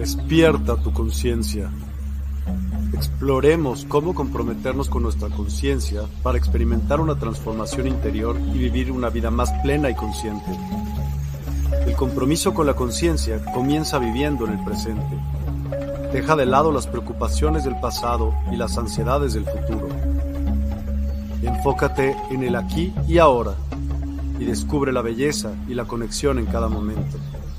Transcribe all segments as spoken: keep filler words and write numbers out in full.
Despierta tu conciencia. Exploremos cómo comprometernos con nuestra conciencia para experimentar una transformación interior y vivir una vida más plena y consciente. El compromiso con la conciencia comienza viviendo en el presente. Deja de lado las preocupaciones del pasado y las ansiedades del futuro. Enfócate en el aquí y ahora y descubre la belleza y la conexión en cada momento.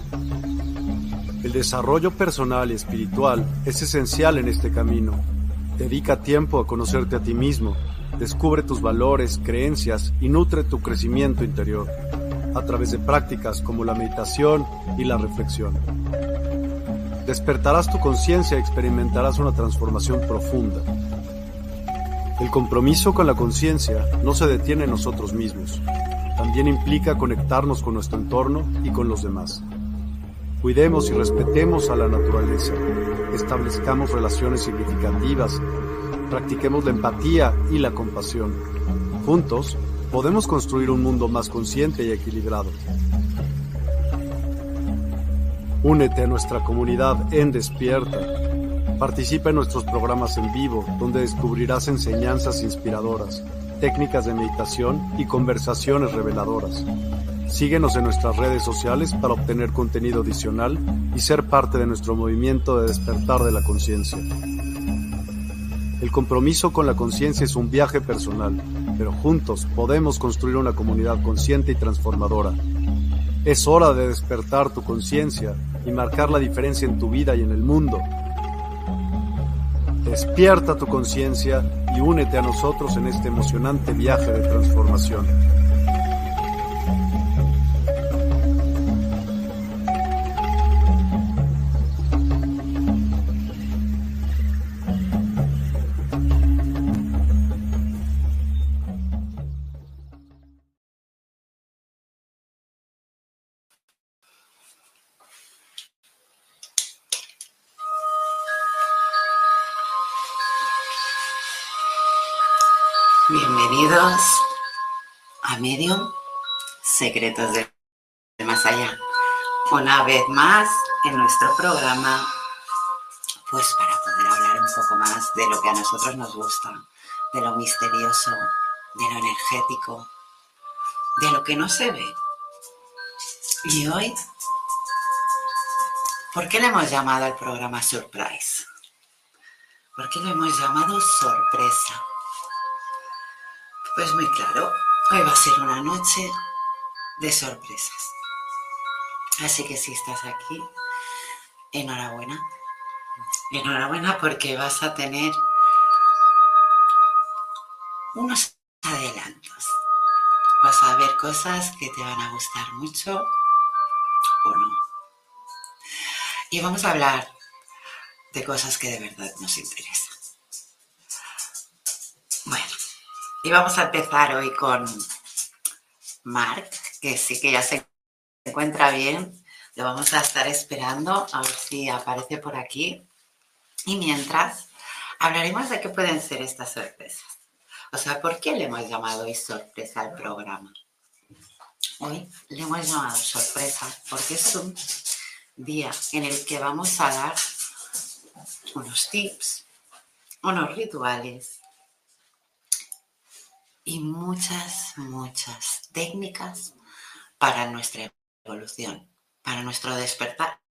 El desarrollo personal y espiritual es esencial en este camino. Dedica tiempo a conocerte a ti mismo, descubre tus valores, creencias y nutre tu crecimiento interior a través de prácticas como la meditación y la reflexión. Despertarás tu conciencia y experimentarás una transformación profunda. El compromiso con la conciencia no se detiene en nosotros mismos. También implica conectarnos con nuestro entorno y con los demás. Cuidemos y respetemos a la naturaleza, establezcamos relaciones significativas, practiquemos la empatía y la compasión. Juntos, podemos construir un mundo más consciente y equilibrado. Únete a nuestra comunidad en Despierta. Participa en nuestros programas en vivo, donde descubrirás enseñanzas inspiradoras, técnicas de meditación y conversaciones reveladoras. Síguenos en nuestras redes sociales para obtener contenido adicional y ser parte de nuestro movimiento de despertar de la conciencia. El compromiso con la conciencia es un viaje personal, pero juntos podemos construir una comunidad consciente y transformadora. Es hora de despertar tu conciencia y marcar la diferencia en tu vida y en el mundo. Despierta tu conciencia y únete a nosotros en este emocionante viaje de transformación. Bienvenidos a Medium Secretos del Más Allá. Una vez más en nuestro programa, pues para poder hablar un poco más de lo que a nosotros nos gusta, de lo misterioso, de lo energético, de lo que no se ve. Y hoy, ¿por qué le hemos llamado al programa Surprise? ¿Por qué lo hemos llamado sorpresa? Pues muy claro, hoy va a ser una noche de sorpresas. Así que si estás aquí, enhorabuena. Enhorabuena porque vas a tener unos adelantos. Vas a ver cosas que te van a gustar mucho o no. Y vamos a hablar de cosas que de verdad nos interesan. Bueno. Y vamos a empezar hoy con Marc, que sí que ya se encuentra bien. Lo vamos a estar esperando a ver si aparece por aquí. Y mientras, hablaremos de qué pueden ser estas sorpresas. O sea, ¿por qué le hemos llamado hoy sorpresa al programa? Hoy le hemos llamado sorpresa porque es un día en el que vamos a dar unos tips, unos rituales, y muchas, muchas técnicas para nuestra evolución, para nuestro despertar,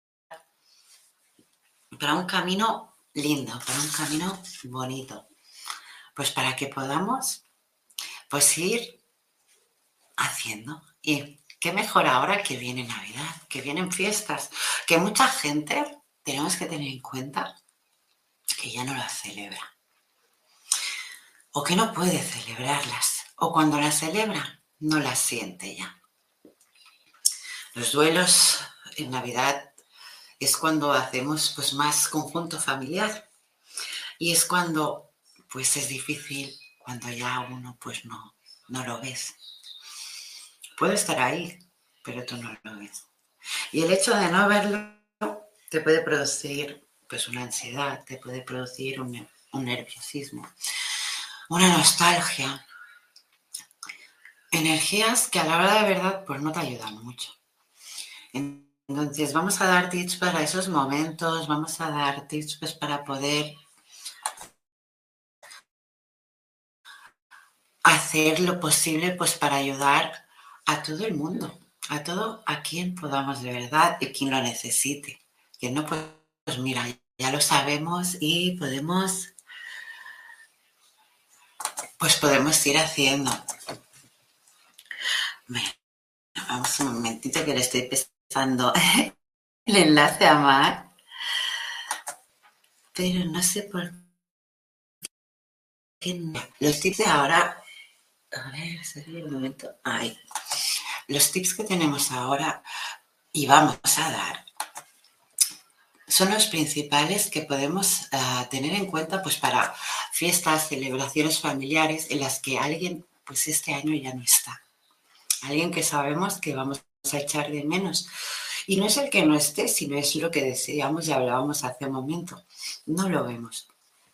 para un camino lindo, para un camino bonito, pues para que podamos pues ir haciendo. Y qué mejor ahora que viene Navidad, que vienen fiestas, que mucha gente tenemos que tener en cuenta que ya no las celebra. O que no puede celebrarlas, o cuando las celebra, no las siente ya. Los duelos en Navidad es cuando hacemos pues más conjunto familiar y es cuando pues es difícil, cuando ya uno pues no, no lo ves. Puede estar ahí, pero tú no lo ves. Y el hecho de no verlo te puede producir pues una ansiedad, te puede producir un, un nerviosismo, una nostalgia, energías que a la hora de verdad pues no te ayudan mucho. Entonces vamos a dar tips para esos momentos, vamos a dar tips pues para poder hacer lo posible pues para ayudar a todo el mundo, a todo, a quien podamos de verdad y quien lo necesite. Que no, pues, pues mira, ya lo sabemos y podemos, pues podemos ir haciendo. Bueno, vamos un momentito que le estoy pasando el enlace a Mar, pero no sé por qué no. Los tips de ahora, a ver, sería el momento. Ay, los tips que tenemos ahora y vamos a dar son los principales que podemos uh, tener en cuenta pues para fiestas, celebraciones familiares en las que alguien pues este año ya no está. Alguien que sabemos que vamos a echar de menos. Y no es el que no esté, sino es lo que decíamos y hablábamos hace un momento. No lo vemos.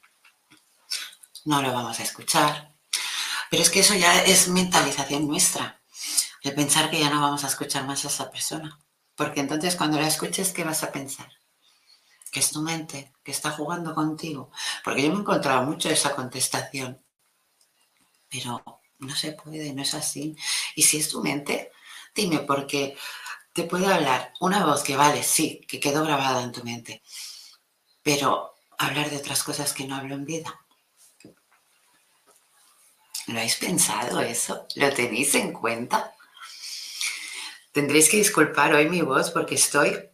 No lo vamos a escuchar. Pero es que eso ya es mentalización nuestra. De pensar que ya no vamos a escuchar más a esa persona. Porque entonces cuando la escuches, ¿qué vas a pensar? Que es tu mente, que está jugando contigo. Porque yo me he encontrado mucho esa contestación. Pero no se puede, no es así. Y si es tu mente, dime, porque te puede hablar una voz que vale, sí, que quedó grabada en tu mente. Pero hablar de otras cosas que no hablo en vida. ¿Lo habéis pensado eso? ¿Lo tenéis en cuenta? Tendréis que disculpar hoy mi voz porque estoy...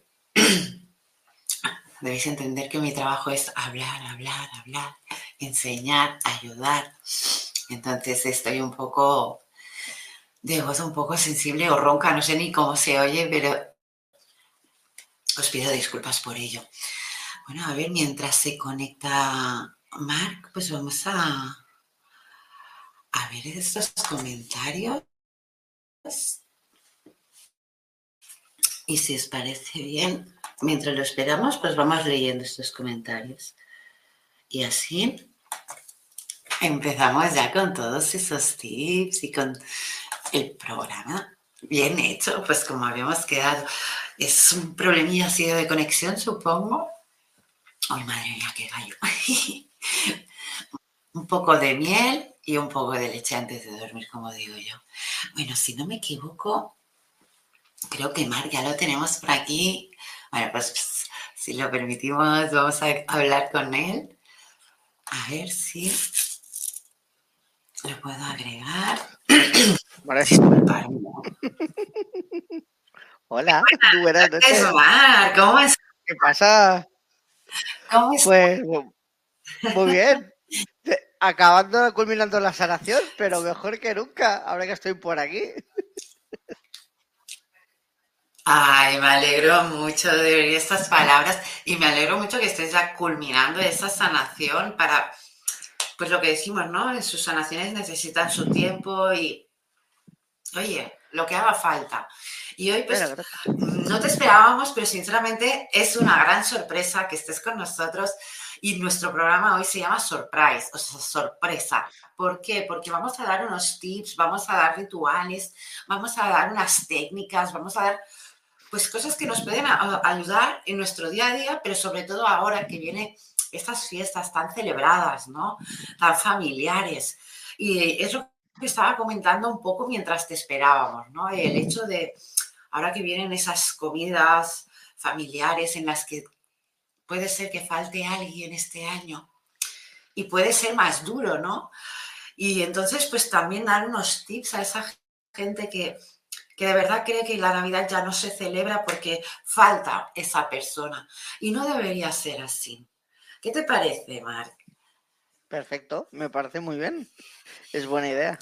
Debéis entender que mi trabajo es hablar, hablar, hablar, enseñar, ayudar. Entonces estoy un poco de voz un poco sensible o ronca, no sé ni cómo se oye, pero os pido disculpas por ello. Bueno, a ver, mientras se conecta Marc, pues vamos a, a ver estos comentarios. Y si os parece bien, mientras lo esperamos, pues vamos leyendo estos comentarios. Y así empezamos ya con todos esos tips y con el programa bien hecho, pues como habíamos quedado. Es un problemilla así de conexión, supongo. Ay, madre mía, qué gallo. Un poco de miel y un poco de leche antes de dormir, como digo yo. Bueno, si no me equivoco, creo que Mar ya lo tenemos por aquí. Bueno, pues, pues si lo permitimos, vamos a hablar con él. A ver si lo puedo agregar. Disculparme. Hola, muy buenas noches. Mar, ¿cómo es? ¿Qué pasa? ¿Cómo es? Pues muy bien. Acabando, culminando la sanación, pero mejor que nunca, ahora que estoy por aquí. Ay, me alegro mucho de oír estas palabras y me alegro mucho que estés ya culminando esa sanación para, pues lo que decimos, ¿no? Sus sanaciones necesitan su tiempo y, oye, lo que haga falta. Y hoy, pues, no te esperábamos, pero sinceramente es una gran sorpresa que estés con nosotros y nuestro programa hoy se llama Surprise, o sea, sorpresa. ¿Por qué? Porque vamos a dar unos tips, vamos a dar rituales, vamos a dar unas técnicas, vamos a dar pues cosas que nos pueden a, a ayudar en nuestro día a día, pero sobre todo ahora que vienen estas fiestas tan celebradas, ¿no? Tan familiares. Y es lo que estaba comentando un poco mientras te esperábamos, ¿no? El hecho de, ahora que vienen esas comidas familiares en las que puede ser que falte alguien este año y puede ser más duro, ¿no? Y entonces, pues también dar unos tips a esa gente que que de verdad cree que la Navidad ya no se celebra porque falta esa persona. Y no debería ser así. ¿Qué te parece, Marc? Perfecto, me parece muy bien. Es buena idea.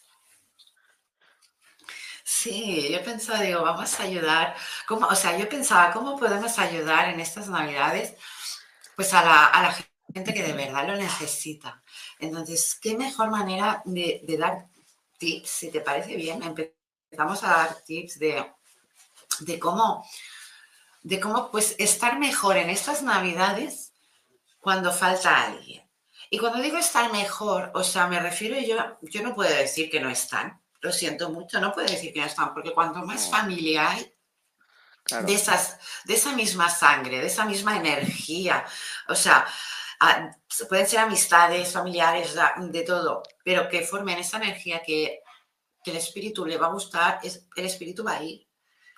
Sí, yo pensaba, digo, vamos a ayudar. ¿Cómo? O sea, yo pensaba, ¿cómo podemos ayudar en estas Navidades? Pues a la, a la gente que de verdad lo necesita. Entonces, ¿qué mejor manera de, de dar tips, si te parece bien? Empezamos a dar tips de, de cómo de cómo pues estar mejor en estas Navidades cuando falta alguien. Y cuando digo estar mejor, o sea, me refiero yo, yo no puedo decir que no están, lo siento mucho, no puedo decir que no están, porque cuanto más familia hay, claro. de, esas, de esa misma sangre, de esa misma energía. O sea, a, pueden ser amistades, familiares, de todo, pero que formen esa energía que, que el espíritu le va a gustar, es, el espíritu va a ir.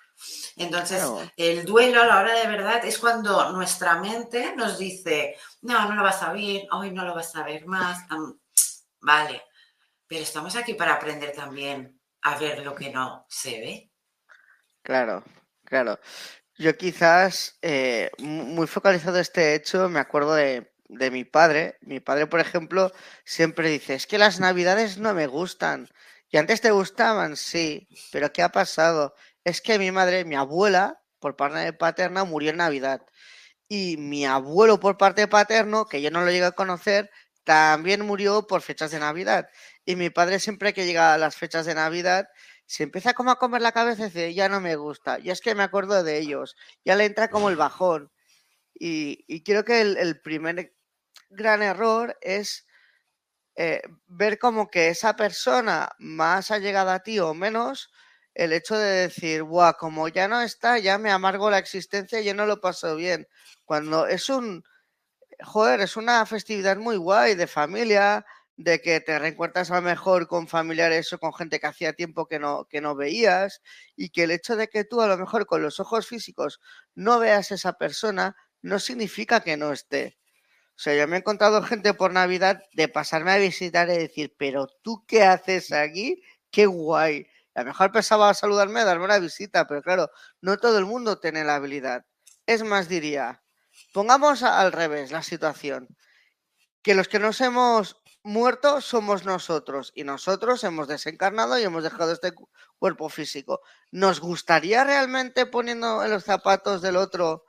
Entonces, Claro. el duelo a la hora de verdad es cuando nuestra mente nos dice, no, no lo vas a ver, hoy no lo vas a ver más. Um, vale, pero estamos aquí para aprender también a ver lo que no se ve. Claro, claro. Yo quizás, eh, muy focalizado este hecho, me acuerdo de, de mi padre. Mi padre, por ejemplo, siempre dice, es que las navidades no me gustan. ¿Y antes te gustaban? Sí, pero ¿qué ha pasado? Es que mi madre, mi abuela, por parte paterna, murió en Navidad. Y mi abuelo por parte paterno, que yo no lo llegué a conocer, también murió por fechas de Navidad. Y mi padre siempre que llega a las fechas de Navidad, se empieza como a comer la cabeza y dice, ya no me gusta, y es que me acuerdo de ellos, ya le entra como el bajón. Y, y creo que el, el primer gran error es eh, ver como que esa persona más allegada a ti o menos, el hecho de decir, buah, como ya no está, ya me amargo la existencia y ya no lo paso bien. Cuando es un, joder, es una festividad muy guay de familia, de que te reencuentras a lo mejor con familiares o con gente que hacía tiempo que no, que no veías, y que el hecho de que tú a lo mejor con los ojos físicos no veas a esa persona no significa que no esté. O sea, yo me he encontrado gente por Navidad de pasarme a visitar y decir, pero tú qué haces aquí, qué guay. A lo mejor pensaba saludarme, darme una visita, pero claro, no todo el mundo tiene la habilidad. Es más, diría, pongamos al revés la situación, que los que nos hemos muerto somos nosotros y nosotros hemos desencarnado y hemos dejado este cuerpo físico. ¿Nos gustaría realmente, poniendo en los zapatos del otro,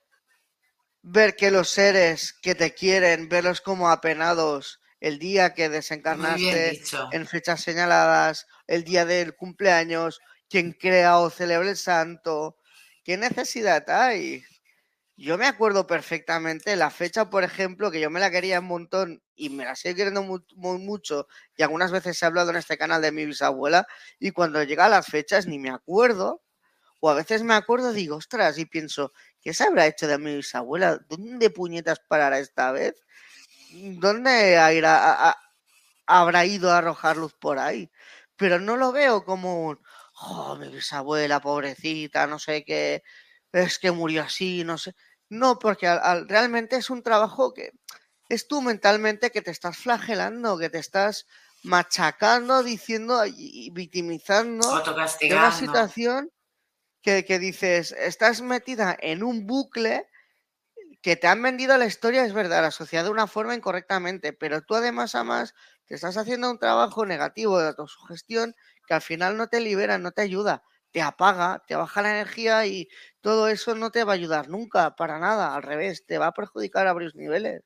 ver que los seres que te quieren, verlos como apenados el día que Muy bien desencarnaste dicho. en fechas señaladas, el día del cumpleaños, quien crea o celebre el santo? ¿Qué necesidad hay? Yo me acuerdo perfectamente la fecha, por ejemplo, que yo me la quería un montón y me la sigo queriendo muy, muy mucho, y algunas veces he hablado en este canal de mi bisabuela, y cuando llega a las fechas ni me acuerdo, o a veces me acuerdo y digo, ostras, y pienso, ¿qué se habrá hecho de mi bisabuela? ¿Dónde puñetas parará esta vez? ¿Dónde irá, a, a, habrá ido a arrojar luz por ahí? Pero no lo veo como un, oh, mi bisabuela, pobrecita, no sé qué, es que murió así, no sé. No, porque al, al, realmente es un trabajo que es tú mentalmente que te estás flagelando, que te estás machacando, diciendo y victimizando de una Autocastigando. situación que, que dices, estás metida en un bucle que te han vendido la historia, es verdad, la sociedad de una forma incorrectamente, pero tú además a más te estás haciendo un trabajo negativo de autosugestión que al final no te libera, no te ayuda, te apaga, te baja la energía, y todo eso no te va a ayudar nunca, para nada, al revés, te va a perjudicar a varios niveles.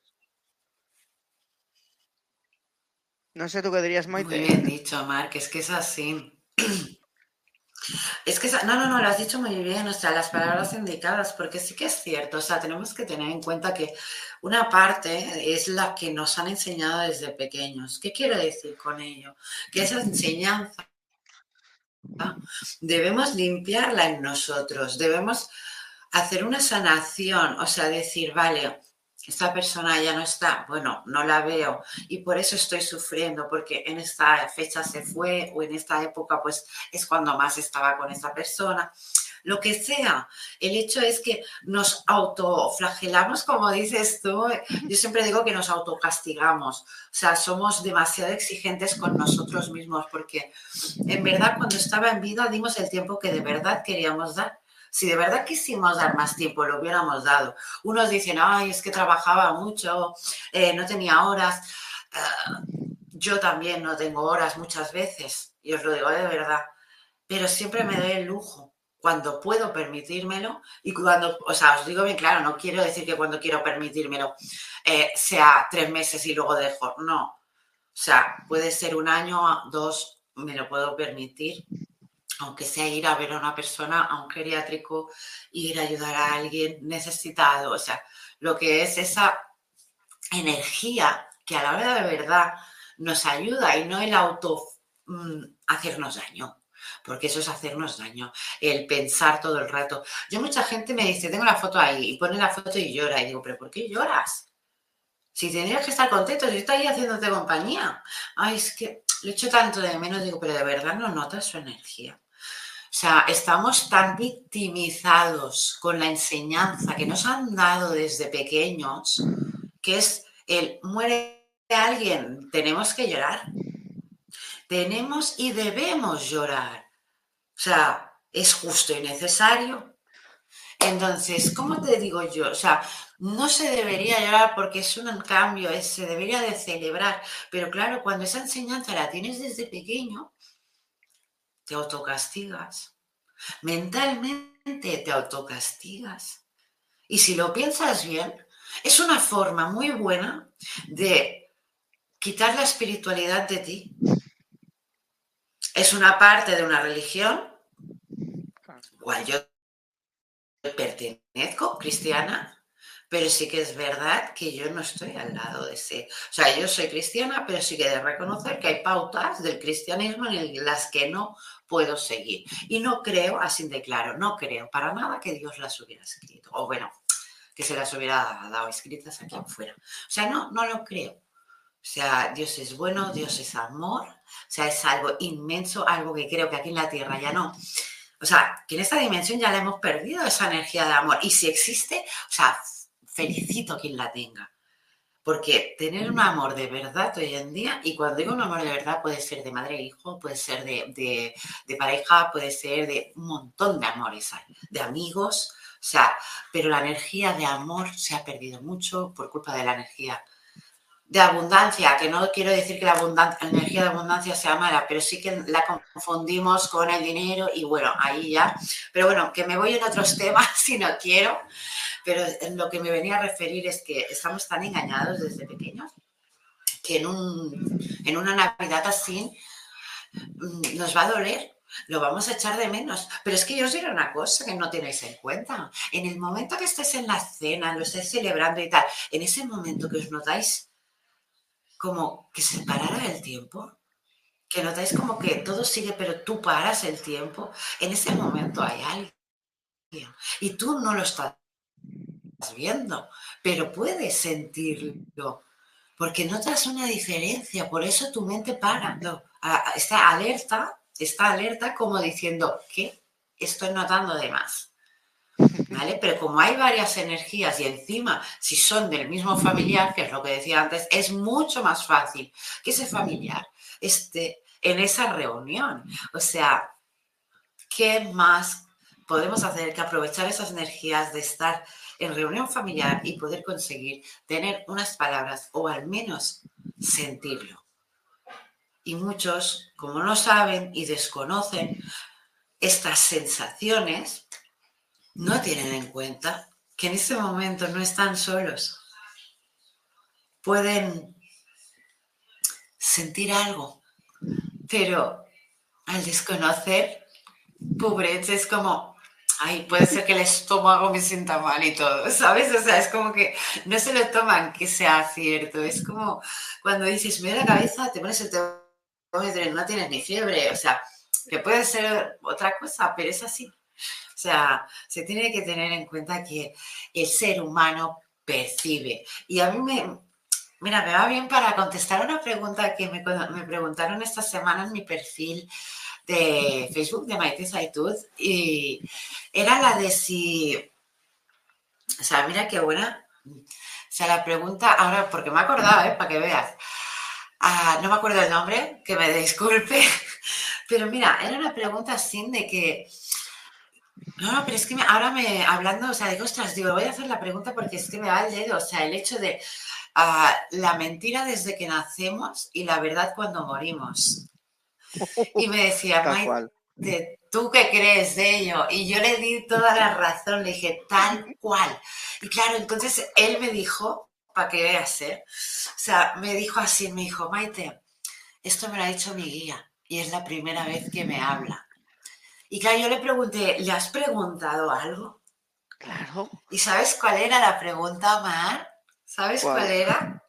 No sé tú qué dirías, Muy Maite. bien dicho, Marc, es que es así. Es que, no, no, no, lo has dicho muy bien, o sea, las palabras indicadas, porque sí que es cierto, o sea, tenemos que tener en cuenta que una parte es la que nos han enseñado desde pequeños. ¿Qué quiero decir con ello? Que esa enseñanza debemos limpiarla en nosotros, debemos hacer una sanación, o sea, decir, vale, esta persona ya no está, bueno, no la veo y por eso estoy sufriendo, porque en esta fecha se fue o en esta época pues es cuando más estaba con esa persona. Lo que sea, el hecho es que nos autoflagelamos, como dices tú, yo siempre digo que nos autocastigamos, o sea, somos demasiado exigentes con nosotros mismos, porque en verdad cuando estaba en vida dimos el tiempo que de verdad queríamos dar. Si de verdad quisimos dar más tiempo, lo hubiéramos dado. Unos dicen, ay, es que trabajaba mucho, eh, no tenía horas. Uh, yo también no tengo horas muchas veces, y os lo digo de verdad, pero siempre me doy el lujo cuando puedo permitírmelo y cuando, o sea, os digo bien claro, no quiero decir que cuando quiero permitírmelo eh, sea tres meses y luego dejo, no. O sea, puede ser un año, dos, me lo puedo permitir, aunque sea ir a ver a una persona, a un geriátrico, ir a ayudar a alguien necesitado, o sea, lo que es esa energía que a la hora de verdad nos ayuda y no el auto mmm, hacernos daño. porque eso es hacernos daño, el pensar todo el rato. Yo mucha gente me dice, tengo la foto ahí, y pone la foto y llora, y digo, ¿pero por qué lloras? Si tendrías que estar contento, si está ahí haciéndote compañía. Ay, es que le echo tanto de menos, digo, pero de verdad no notas su energía. O sea, estamos tan victimizados con la enseñanza que nos han dado desde pequeños, que es el muere alguien, tenemos que llorar. Tenemos y debemos llorar. O sea, es justo y necesario. Entonces, ¿cómo te digo yo? O sea, no se debería llorar porque es un cambio, es, se debería de celebrar. Pero claro, cuando esa enseñanza la tienes desde pequeño, te autocastigas. Mentalmente te autocastigas. Y si lo piensas bien, es una forma muy buena de quitar la espiritualidad de ti. Es una parte de una religión, cual yo pertenezco, cristiana, pero sí que es verdad que yo no estoy al lado de ese. O sea, yo soy cristiana, pero sí que he de reconocer que hay pautas del cristianismo en las que no puedo seguir. Y no creo, así de claro, no creo para nada que Dios las hubiera escrito. O bueno, que se las hubiera dado escritas aquí afuera. O sea, no, no lo creo. O sea, Dios es bueno, Dios es amor. O sea, es algo inmenso, algo que creo que aquí en la tierra ya no. O sea, que en esta dimensión ya la hemos perdido, esa energía de amor. Y si existe, o sea, felicito a quien la tenga. Porque tener un amor de verdad hoy en día, y cuando digo un amor de verdad puede ser de madre e hijo, puede ser de, de, de pareja, puede ser de un montón de amores, de amigos, o sea, pero la energía de amor se ha perdido mucho por culpa de la energía de abundancia, que no quiero decir que la, abundancia, la energía de abundancia sea mala, pero sí que la confundimos con el dinero y bueno, ahí ya. Pero bueno, que me voy en otros temas si no quiero, pero en lo que me venía a referir es que estamos tan engañados desde pequeños que en, un, en una Navidad así nos va a doler. Lo vamos a echar de menos. Pero es que yo os diré una cosa que no tenéis en cuenta. En el momento que estéis en la cena, lo estáis celebrando y tal, en ese momento que os notáis como que se parara el tiempo, que notáis como que todo sigue, pero tú paras el tiempo, en ese momento hay alguien y tú no lo estás viendo, pero puedes sentirlo, porque notas una diferencia, por eso tu mente para, no, está alerta, está alerta como diciendo, ¿qué estoy notando de más? ¿Vale? Pero como hay varias energías y encima si son del mismo familiar, que es lo que decía antes, es mucho más fácil que ese familiar esté en esa reunión. O sea, ¿qué más podemos hacer que aprovechar esas energías de estar en reunión familiar y poder conseguir tener unas palabras o al menos sentirlo? Y muchos, como no saben y desconocen estas sensaciones, no tienen en cuenta que en ese momento no están solos. Pueden sentir algo, pero al desconocer, pobres, es como, ay, puede ser que el estómago me sienta mal y todo, ¿sabes? O sea, es como que no se lo toman que sea cierto. Es como cuando dices, me da la cabeza, te pones el termómetro, no tienes ni fiebre. O sea, que puede ser otra cosa, pero es así. O sea, se tiene que tener en cuenta que el ser humano percibe. Y a mí me, mira, me va bien para contestar una pregunta que me, me preguntaron esta semana en mi perfil de Facebook de Maite Saitud, y era la de si, o sea, mira qué buena, o sea, la pregunta, ahora, porque me he acordado, ¿eh? Para que veas, ah, no me acuerdo el nombre, que me disculpe, pero mira, era una pregunta así de que, no, no, pero es que me, ahora me, hablando, o sea, digo, ostras, digo, voy a hacer la pregunta porque es que me va el dedo, o sea, el hecho de uh, la mentira desde que nacemos y la verdad cuando morimos. Y me decía, Maite, ¿tú qué crees de ello? Y yo le di toda la razón, le dije, tal cual. Y claro, entonces él me dijo, para que veas, ¿eh? O sea, me dijo así, me dijo, Maite, esto me lo ha dicho mi guía y es la primera vez que me habla. Y claro, yo le pregunté, ¿le has preguntado algo? Claro. ¿Y sabes cuál era la pregunta, Mar? ¿Sabes cuál, cuál era?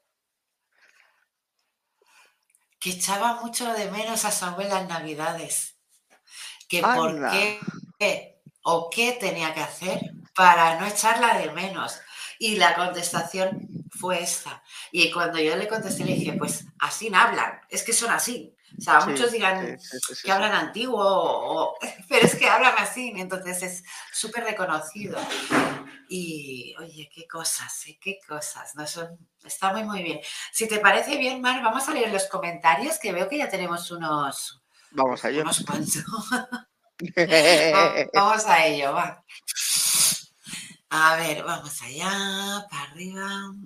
Que echaba mucho de menos a su abuela en Navidades. que por qué o qué tenía que hacer para no echarla de menos. Y la contestación fue esta. Y cuando yo le contesté, le dije, pues así no hablan, es que son así. O sea, Sí, muchos dirán sí, sí, sí, que hablan sí. antiguo, o, pero es que hablan así, entonces es súper reconocido. Y, oye, qué cosas, ¿eh? Qué cosas. No son, está muy, muy bien. Si te parece bien, Mar, vamos a leer los comentarios, que veo que ya tenemos unos, Vamos uf, a ello. unos cuantos. Vamos a ello, va. A ver, vamos allá, para arriba.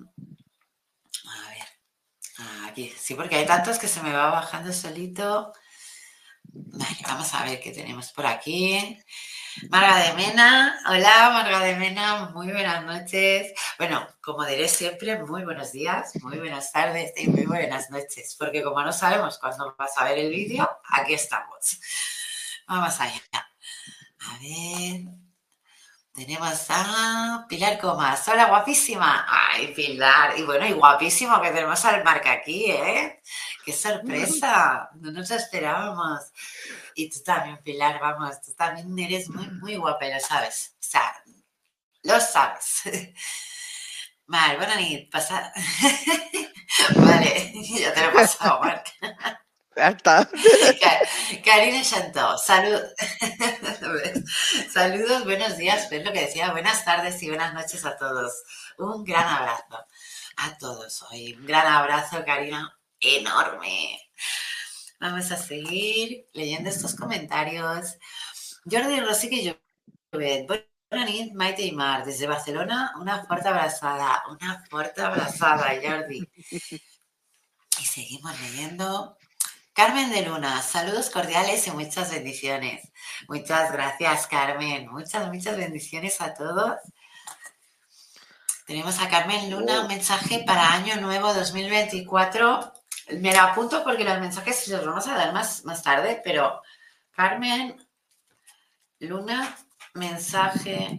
A ver, aquí. Sí, porque hay tantos que se me va bajando solito. Vale, vamos a ver qué tenemos por aquí. Marga de Mena, hola Marga de Mena, muy buenas noches. Bueno, como diré siempre, muy buenos días, muy buenas tardes y muy buenas noches, porque como no sabemos cuándo vas a ver el vídeo, aquí estamos. Vamos allá. A ver, tenemos a Pilar Comas, hola guapísima. Ay, Pilar, y bueno, y guapísimo que tenemos al Marca aquí, ¿eh? ¡Qué sorpresa! No nos esperábamos. Y tú también, Pilar, vamos, tú también eres muy, muy guapa, lo sabes. O sea, lo sabes. Vale, bona nit, pasa... Vale, ya te lo he pasado, Marc. Ya está. Karina Chantó, salud. Saludos, buenos días, es lo que decía, buenas tardes y buenas noches a todos. Un gran abrazo a todos hoy. Un gran abrazo, Karina, enorme. Vamos a seguir leyendo estos comentarios. Jordi Rossi que Llobet. Bona nit, Maite i Mar. Desde Barcelona, una fuerte abrazada. Una fuerte abrazada, Jordi. Y seguimos leyendo. Carmen de Luna, saludos cordiales y muchas bendiciones. Muchas gracias, Carmen. Muchas, muchas bendiciones a todos. Tenemos a Carmen Luna, un mensaje para Año Nuevo dos mil veinticuatro. Me la apunto porque los mensajes los vamos a dar más, más tarde, pero Carmen Luna, mensaje,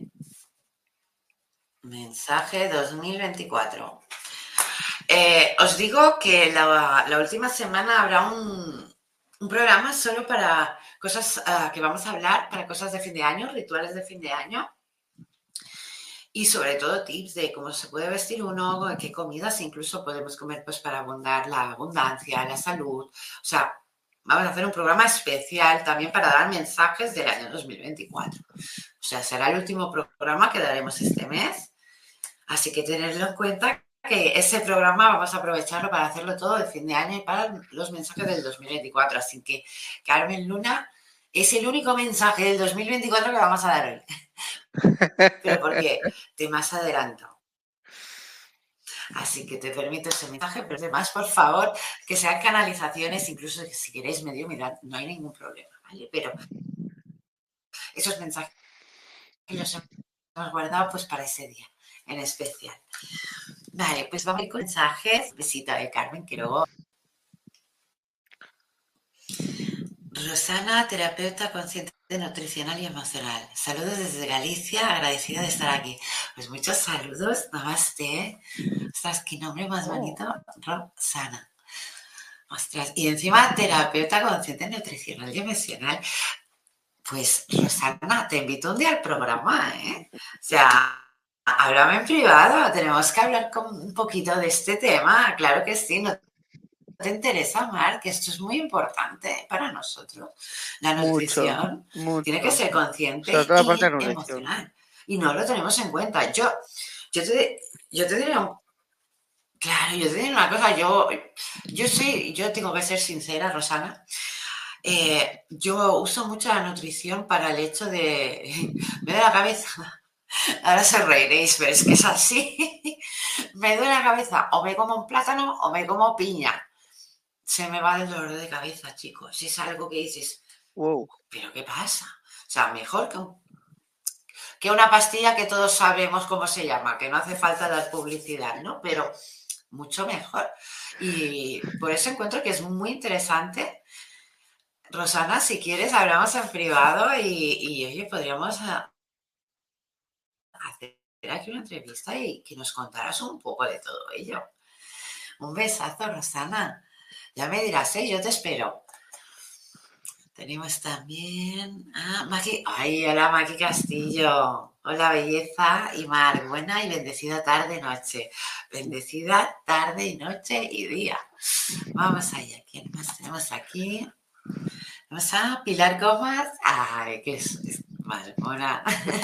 mensaje dos mil veinticuatro. Eh, os digo que la, la última semana habrá un, un programa solo para cosas uh, que vamos a hablar, para cosas de fin de año, rituales de fin de año. Y sobre todo tips de cómo se puede vestir uno, qué comidas incluso podemos comer pues para abundar la abundancia, la salud. O sea, vamos a hacer un programa especial también para dar mensajes del año dos mil veinticuatro. O sea, será el último programa que daremos este mes. Así que tenedlo en cuenta que ese programa vamos a aprovecharlo para hacerlo todo de fin de año y para los mensajes del dos mil veinticuatro. Así que, Carmen Luna, es el único mensaje del dos mil veinticuatro que vamos a dar hoy. Pero porque te más adelanto. Así que te permito ese mensaje, pero además, por favor, que sean canalizaciones, incluso si queréis medio mirar, no hay ningún problema, ¿vale? Pero esos mensajes los hemos guardado pues para ese día en especial. Vale, pues vamos a ir con mensajes. Besita de Carmen, que luego... Rosana, terapeuta consciente nutricional y emocional. Saludos desde Galicia, agradecida de estar aquí. Pues muchos saludos, namaste. Ostras, qué nombre más bonito, Rosana. Ostras, y encima terapeuta consciente nutricional y emocional. Pues Rosana, te invito un día al programa, ¿eh? O sea, háblame en privado, tenemos que hablar con un poquito de este tema, claro que sí, no te interesa, Mar, que esto es muy importante para nosotros. La nutrición mucho, mucho. tiene que ser consciente Sobre todo la parte y de nutrición. emocional. Y no lo tenemos en cuenta. Yo, yo te, yo te diría, claro, yo te diría una cosa, yo, yo sí, yo tengo que ser sincera, Rosana. Eh, yo uso mucho la nutrición para el hecho de... Me duele la cabeza. Ahora se reiréis, pero es que es así. Me duele la cabeza, o me como un plátano o me como piña. Se me va el dolor de cabeza, chicos. Es algo que dices, wow. ¿Pero qué pasa? O sea, mejor que, un, que una pastilla que todos sabemos cómo se llama, que no hace falta dar publicidad, ¿no? Pero mucho mejor. Y por eso encuentro que es muy interesante. Rosana, si quieres, hablamos en privado y, y oye, podríamos hacer aquí una entrevista y que nos contaras un poco de todo ello. Un besazo, Rosana. Ya me dirás, ¿eh? Yo te espero. Tenemos también a Maki. Ay, hola Maki Castillo. Hola belleza y mar. Buena y bendecida tarde, noche. Bendecida tarde y noche y día. Vamos allá. ¿Quién más tenemos aquí? Vamos a Pilar Gómez. Ay, que es, es más mona.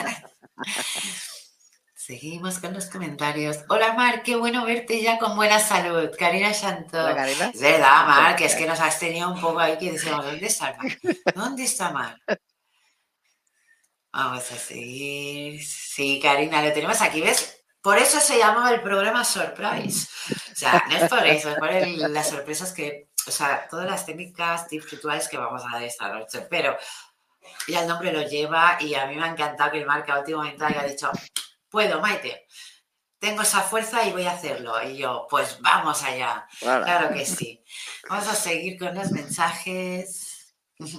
Seguimos con los comentarios. Hola Mar, qué bueno verte ya con buena salud. Karina Santó. Hola, Karina. Es verdad, Mar, que es que nos has tenido un poco ahí que decíamos, ¿dónde está Mar? ¿Dónde está Mar? Vamos a seguir. Sí, Karina, lo tenemos aquí, ¿ves? Por eso se llamaba el programa Surprise. O sea, no es por eso, es por el, las sorpresas que, o sea, todas las técnicas, tips, rituales que vamos a dar esta noche. Pero ya el nombre lo lleva y a mí me ha encantado que el Mar que a último momento haya dicho, puedo, Maite, tengo esa fuerza y voy a hacerlo. Y yo, pues vamos allá. Hola. Claro que sí. Vamos a seguir con los mensajes.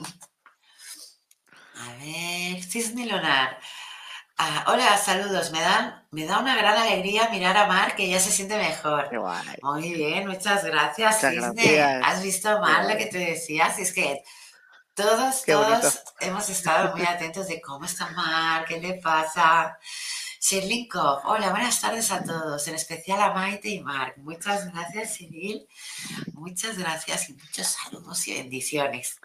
A ver, Cisne Lunar. Ah, hola, saludos. Me, dan, me da una gran alegría mirar a Mar, que ya se siente mejor. Qué guay. Muy bien, muchas gracias, Muchas Cisne. gracias. ¿Has visto, Mar, lo que te decía? Si es que todos, Qué todos bonito. hemos estado muy atentos de cómo está Mar, qué le pasa. Sherlyn Koff, hola, buenas tardes a todos, en especial a Maite y Marc. Muchas gracias, Cyril. Muchas gracias y muchos saludos y bendiciones.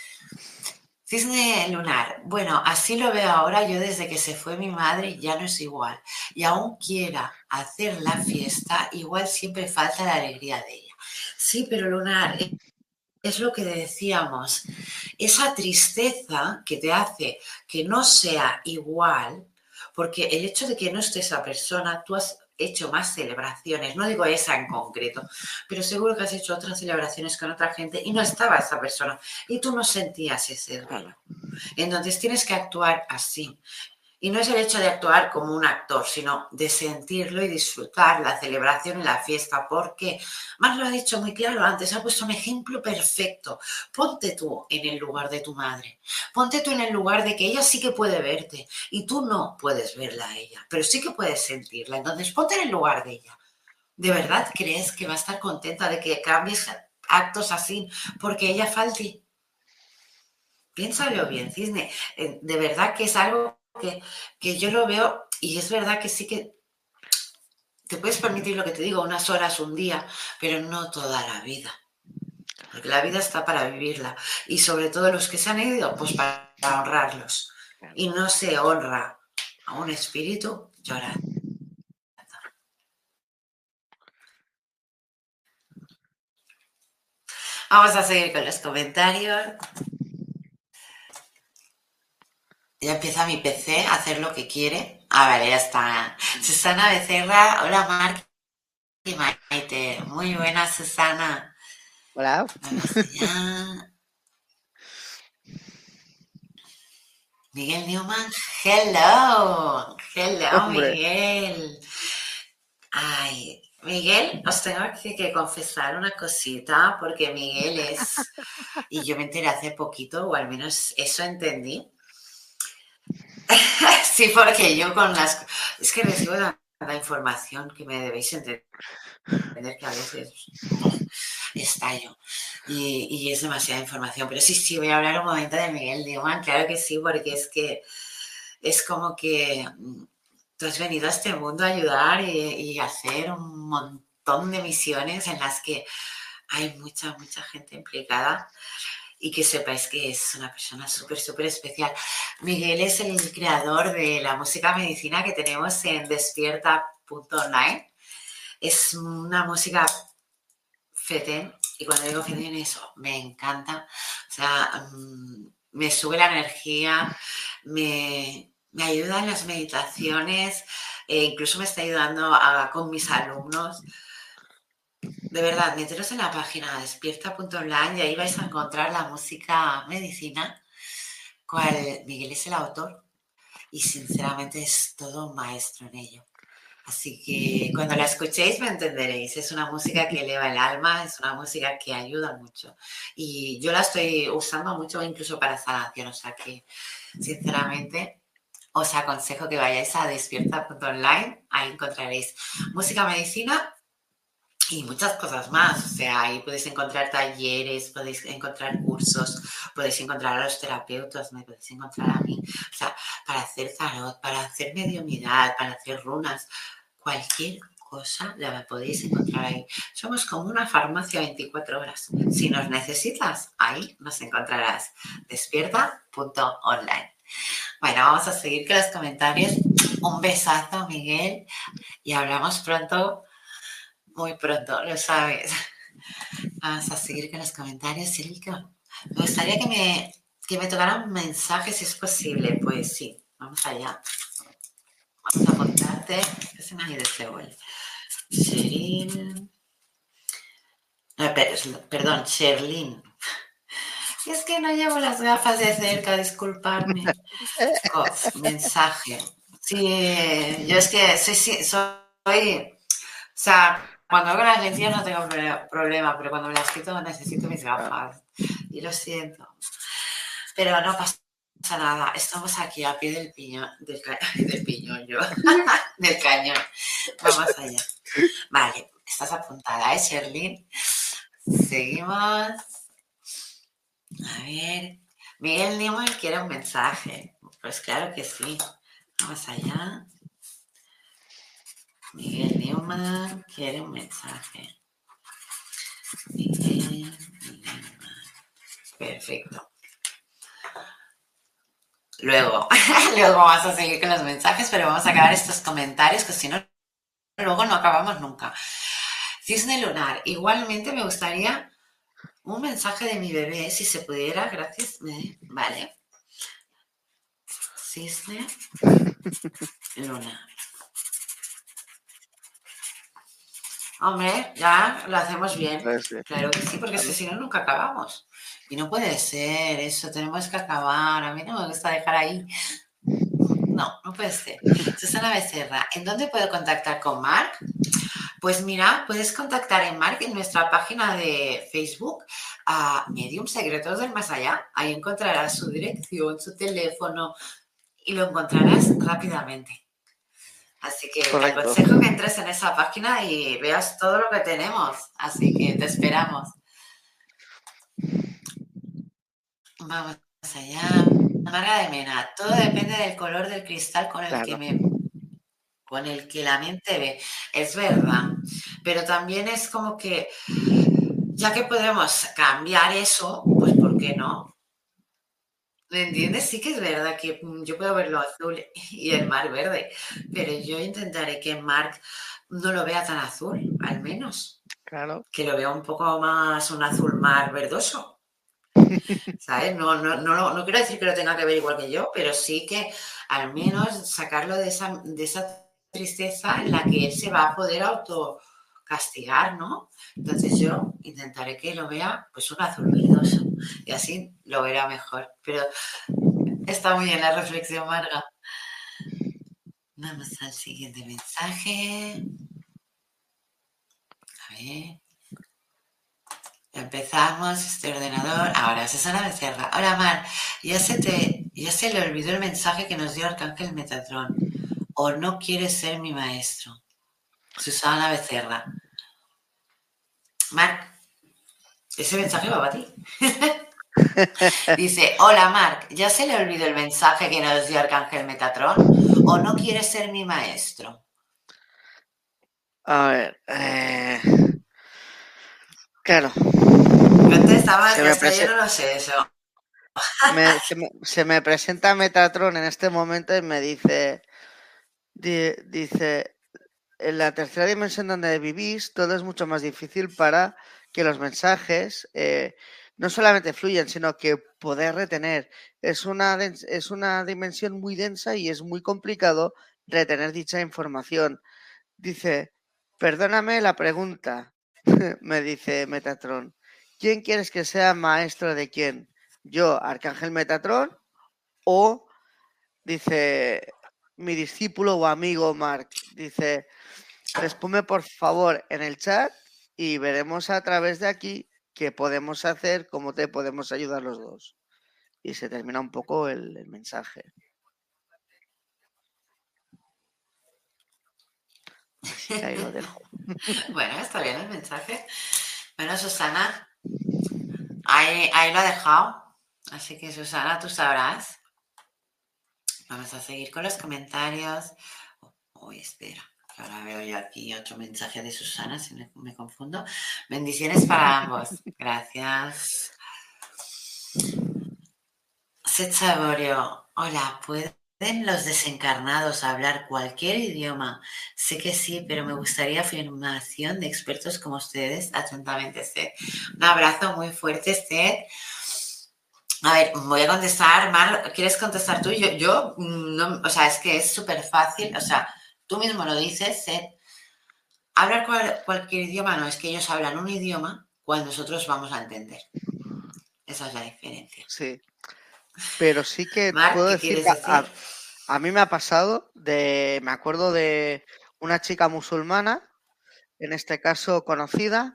Cisne Lunar, bueno, así lo veo ahora. Yo desde que se fue mi madre ya no es igual. Y aún quiera hacer la fiesta, igual siempre falta la alegría de ella. Sí, pero Lunar, es lo que decíamos. Esa tristeza que te hace que no sea igual, porque el hecho de que no esté esa persona, tú has hecho más celebraciones, no digo esa en concreto, pero seguro que has hecho otras celebraciones con otra gente y no estaba esa persona y tú no sentías ese duelo. Entonces tienes que actuar así. Y no es el hecho de actuar como un actor, sino de sentirlo y disfrutar la celebración y la fiesta, porque Mar lo ha dicho muy claro antes, ha puesto un ejemplo perfecto. Ponte tú en el lugar de tu madre, ponte tú en el lugar de que ella sí que puede verte y tú no puedes verla a ella, pero sí que puedes sentirla. Entonces ponte en el lugar de ella. ¿De verdad crees que va a estar contenta de que cambies actos así porque ella falte? Piénsalo bien, Cisne. De verdad que es algo que, que yo lo veo y es verdad que sí que te puedes permitir lo que te digo, unas horas, un día, pero no toda la vida. Porque la vida está para vivirla. Y sobre todo los que se han ido, pues para honrarlos. Y no se honra a un espíritu llorando. Vamos a seguir con los comentarios. Ya empieza mi P C a hacer lo que quiere. Ah, vale, ya está. Susana Becerra, hola Marc y Maite. Muy buena, Susana. Hola. Vamos allá. Miguel Newman, hello. Hello, Hombre. Miguel. Ay, Miguel, os tengo que, que confesar una cosita, porque Miguel es, y yo me enteré hace poquito, o al menos eso entendí. Sí, porque yo con las... Es que recibo tanta información que me debéis entender que a veces estallo y, y es demasiada información. Pero sí, sí, voy a hablar un momento de Miguel Newman, claro que sí, porque es que es como que tú has venido a este mundo a ayudar y, y hacer un montón de misiones en las que hay mucha, mucha gente implicada. Y que sepáis que es una persona súper, súper especial. Miguel es el creador de la música medicina que tenemos en despierta punto online. Es una música fetén, y cuando digo fetén eso, me encanta. O sea, um, me sube la energía, me, me ayuda en las meditaciones, e incluso me está ayudando a, con mis alumnos. De verdad, meteros en la página despierta punto online y ahí vais a encontrar la música medicina, cual Miguel es el autor y sinceramente es todo un maestro en ello. Así que cuando la escuchéis me entenderéis. Es una música que eleva el alma, es una música que ayuda mucho. Y yo la estoy usando mucho incluso para sanación. O sea que, sinceramente, os aconsejo que vayáis a despierta punto online. Ahí encontraréis música medicina y muchas cosas más. O sea, ahí podéis encontrar talleres, podéis encontrar cursos, podéis encontrar a los terapeutas, me podéis encontrar a mí. O sea, para hacer tarot, para hacer mediumidad, para hacer runas, cualquier cosa la podéis encontrar ahí. Somos como una farmacia veinticuatro horas. Si nos necesitas, ahí nos encontrarás. despierta punto online. Bueno, vamos a seguir con los comentarios. Un besazo, Miguel, y hablamos pronto, muy pronto, lo sabes. Vamos a seguir con los comentarios, Silvio. Me gustaría que me, que me tocara un mensaje si es posible. Pues sí, vamos allá. Vamos a apuntarte. ¿Qué se me ha ido este gol? Sheryl. No, perdón, Sherlyn. Es que no llevo las gafas de cerca, disculparme. Cof, mensaje. Sí, yo es que soy, soy, o sea, cuando hago las lecciones no tengo problema, pero cuando me las quito necesito mis gafas. Y lo siento. Pero no pasa nada, estamos aquí a pie del piñón, del, ca del piñón yo, del cañón. Vamos allá. Vale, estás apuntada, ¿eh, Sherlyn? Seguimos. A ver, Miguel Newman quiere un mensaje. Pues claro que sí. Vamos allá. Miguel Newman quiere un mensaje. Miguel Newman. Perfecto. Luego, luego vamos a seguir con los mensajes, pero vamos a acabar estos comentarios, que si no, luego no acabamos nunca. Cisne Lunar. Igualmente me gustaría un mensaje de mi bebé, si se pudiera, gracias. Vale. Cisne Lunar. Hombre, ya lo hacemos bien. Claro que sí, porque es que si no, nunca acabamos. Y no puede ser eso, tenemos que acabar. A mí no me gusta dejar ahí. No, no puede ser. Susana Becerra, ¿en dónde puedo contactar con Marc? Pues mira, puedes contactar en Marc en nuestra página de Facebook, a Medium Secretos del Más Allá. Ahí encontrarás su dirección, su teléfono y lo encontrarás rápidamente. Así que Correcto. Te aconsejo que entres en esa página y veas todo lo que tenemos. Así que te esperamos. Vamos allá. Marga de Mena. Todo depende del color del cristal con el claro. que me... con el que la mente ve. Es verdad. Pero también es como que, ya que podemos cambiar eso, pues ¿por qué no? ¿Me entiendes? Sí que es verdad que yo puedo verlo azul y el mar verde, pero yo intentaré que Marc no lo vea tan azul, al menos. Claro. Que lo vea un poco más un azul mar verdoso. ¿Sabes? No, no, no, no quiero decir que lo tenga que ver igual que yo, pero sí que al menos sacarlo de esa, de esa tristeza en la que él se va a poder autocastigar, ¿no? Entonces yo intentaré que lo vea pues un azul verdoso y así lo verá mejor. Pero está muy bien la reflexión, Marga. Vamos al siguiente mensaje. A ver. Empezamos este ordenador. Ahora, Susana Becerra. Hola, Mar. Ya se te, ya se le olvidó el mensaje que nos dio Arcángel Metatron. O no quieres ser mi maestro. Susana Becerra. Mar, ese mensaje va para ti. Dice, hola, Marc. ¿Ya se le olvidó el mensaje que nos dio Arcángel Metatron? ¿O no quieres ser mi maestro? A ver, eh... claro. Contesta, que hasta yo no lo sé eso. Me, se, me, se me presenta Metatron en este momento y me dice, di, dice, en la tercera dimensión donde vivís, todo es mucho más difícil para que los mensajes eh, no solamente fluyan, sino que poder retener. Es una, es una dimensión muy densa y es muy complicado retener dicha información. Dice, perdóname la pregunta, me dice Metatron. ¿Quién quieres que sea maestro de quién? ¿Yo, Arcángel Metatron? O, dice, mi discípulo o amigo Marc, dice, responde por favor en el chat y veremos a través de aquí qué podemos hacer, cómo te podemos ayudar los dos. Y se termina un poco el, el mensaje. Así que ahí lo dejo. Bueno, está bien el mensaje. Bueno, Susana, ahí, ahí lo ha dejado. Así que, Susana, tú sabrás. Vamos a seguir con los comentarios. Uy, espera, que ahora veo yo aquí otro mensaje de Susana, si me, me confundo. Bendiciones para ambos. Gracias. Seth Saborio, hola, ¿pueden los desencarnados hablar cualquier idioma? Sé que sí, pero me gustaría afirmación de expertos como ustedes. Atentamente, Seth. Un abrazo muy fuerte, Seth. A ver, voy a contestar, Mar, ¿quieres contestar tú? Yo, yo no, o sea, es que es súper fácil, o sea, tú mismo lo dices, Seth. Hablar cual, cualquier idioma, no, es que ellos hablan un idioma cuando nosotros vamos a entender. Esa es la diferencia. Sí, pero sí que Mar, puedo ¿qué decir quieres que decir? a, a mí me ha pasado de, me acuerdo de una chica musulmana, en este caso conocida,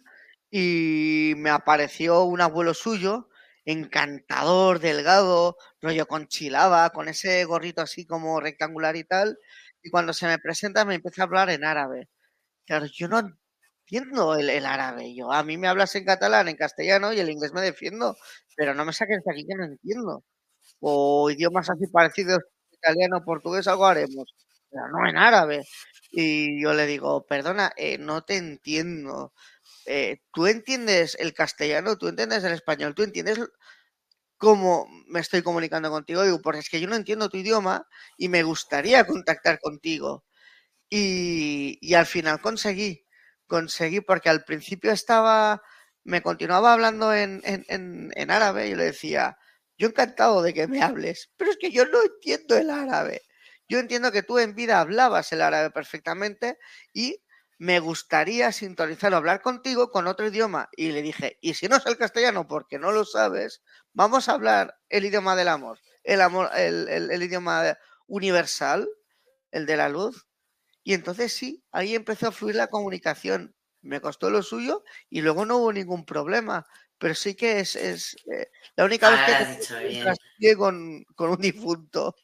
y me apareció un abuelo suyo, encantador, delgado, rollo con chilaba, con ese gorrito así como rectangular y tal, y cuando se me presenta me empieza a hablar en árabe. Claro, yo no entiendo el, el árabe, yo a mí me hablas en catalán, en castellano y el inglés me defiendo, pero no me saques de aquí que no entiendo. O idiomas así parecidos, italiano, portugués, algo haremos, pero no en árabe. Y yo le digo, perdona, eh, no te entiendo. Eh, ¿tú entiendes el castellano? ¿Tú entiendes el español? ¿Tú entiendes cómo me estoy comunicando contigo? Digo, porque es que yo no entiendo tu idioma y me gustaría contactar contigo. Y, y al final conseguí, conseguí, porque al principio estaba, me continuaba hablando en, en, en, en árabe y le decía, yo encantado de que me hables, pero es que yo no entiendo el árabe. Yo entiendo que tú en vida hablabas el árabe perfectamente y me gustaría sintonizar o hablar contigo con otro idioma. Y le dije, y si no es el castellano porque no lo sabes, vamos a hablar el idioma del amor, el, amor, el, el, el idioma universal, el de la luz. Y entonces sí, ahí empezó a fluir la comunicación. Me costó lo suyo y luego no hubo ningún problema. Pero sí que es, es eh, la única vez Ahora que he lo has tenido dicho un bien. traspié con, con un difunto.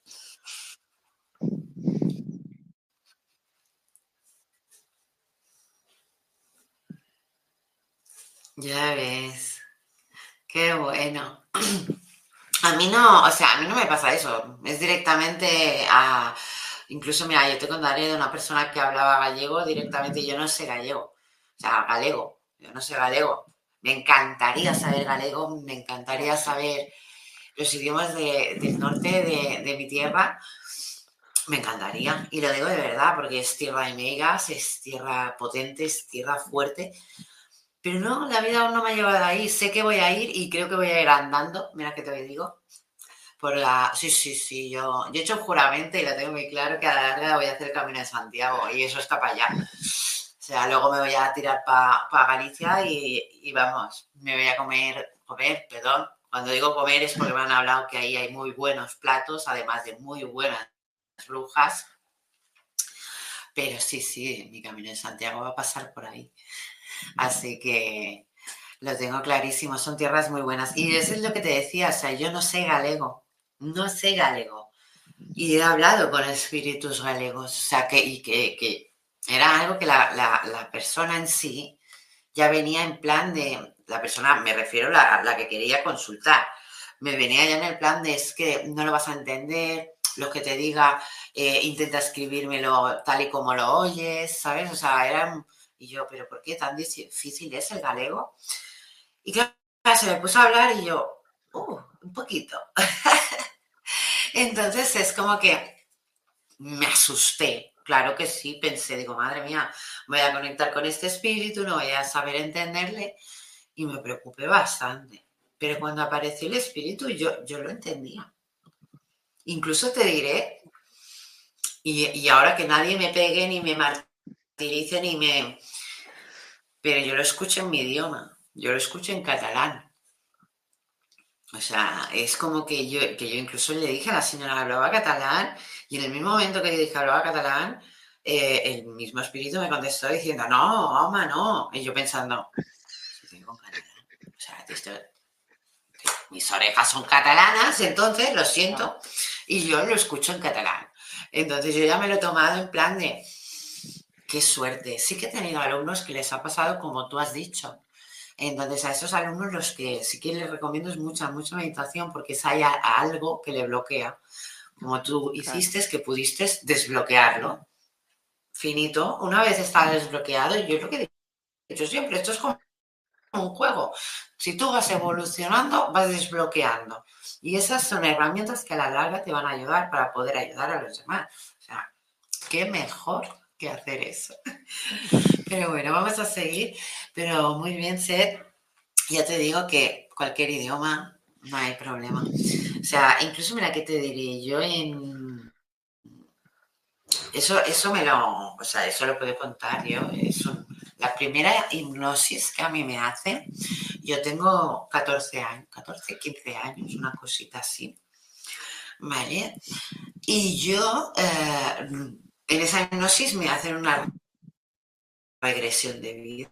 Ya ves, qué bueno. A mí no, o sea, a mí no me pasa eso. Es directamente a... Incluso, mira, yo te contaré de una persona que hablaba gallego directamente. Yo no sé gallego. O sea, galego. Yo no sé galego. Me encantaría saber galego. Me encantaría saber los idiomas de, del norte de, de mi tierra. Me encantaría. Y lo digo de verdad, porque es tierra de megas, es tierra potente, es tierra fuerte. Pero no, la vida aún no me ha llevado ahí. Sé que voy a ir y creo que voy a ir andando. Mira que te digo. Por la... Sí, sí, sí. Yo, yo he hecho un juramento y lo tengo muy claro que a la larga voy a hacer el Camino de Santiago y eso está para allá. O sea, luego me voy a tirar para pa Galicia y, y vamos, me voy a comer, comer, perdón. Cuando digo comer es porque me han hablado que ahí hay muy buenos platos, además de muy buenas brujas. Pero sí, sí, mi Camino de Santiago va a pasar por ahí. Así que lo tengo clarísimo, son tierras muy buenas. Y eso es lo que te decía, o sea, yo no sé galego, no sé galego. Y he hablado con espíritus galegos, o sea, que, y que, que era algo que la, la, la persona en sí ya venía en plan de, la persona, me refiero a la, la que quería consultar, me venía ya en el plan de es que no lo vas a entender, lo que te diga, eh, intenta escribírmelo tal y como lo oyes, ¿sabes? O sea, era... Y yo, ¿pero por qué tan difícil es el galego? Y claro, se me puso a hablar y yo, uh, un poquito. Entonces es como que me asusté. Claro que sí, pensé, digo, madre mía, voy a conectar con este espíritu, no voy a saber entenderle y me preocupé bastante. Pero cuando apareció el espíritu yo, yo lo entendía. Incluso te diré, y, y ahora que nadie me pegue ni me martirice ni me... Pero yo lo escucho en mi idioma, yo lo escucho en catalán. O sea, es como que yo, que yo incluso le dije a la señora que hablaba catalán y en el mismo momento que le dije que hablaba catalán, eh, el mismo espíritu me contestó diciendo, no, Oma, no. Y yo pensando, si tengo con catalán. O sea, esto, mis orejas son catalanas, entonces lo siento, y yo lo escucho en catalán. Entonces yo ya me lo he tomado en plan de qué suerte. Sí que he tenido alumnos que les ha pasado como tú has dicho. Entonces, a esos alumnos los que sí que les recomiendo es mucha, mucha meditación, porque es hay algo que le bloquea. Como tú hiciste, Claro. que pudiste desbloquearlo. Finito. Una vez está desbloqueado, yo lo que he dicho siempre, esto es como un juego. Si tú vas evolucionando, vas desbloqueando. Y esas son herramientas que a la larga te van a ayudar para poder ayudar a los demás. O sea, qué mejor que hacer eso. Pero bueno, vamos a seguir. Pero muy bien, Seth. Ya te digo que cualquier idioma, no hay problema. O sea, incluso mira, ¿qué te diré? Yo en... Eso, eso me lo... O sea, eso lo puedo contar yo. Es un... La primera hipnosis que a mí me hace, yo tengo catorce años, catorce, quince años, una cosita así. ¿Vale? Y yo, eh, en esa hipnosis me hacen una regresión de vida.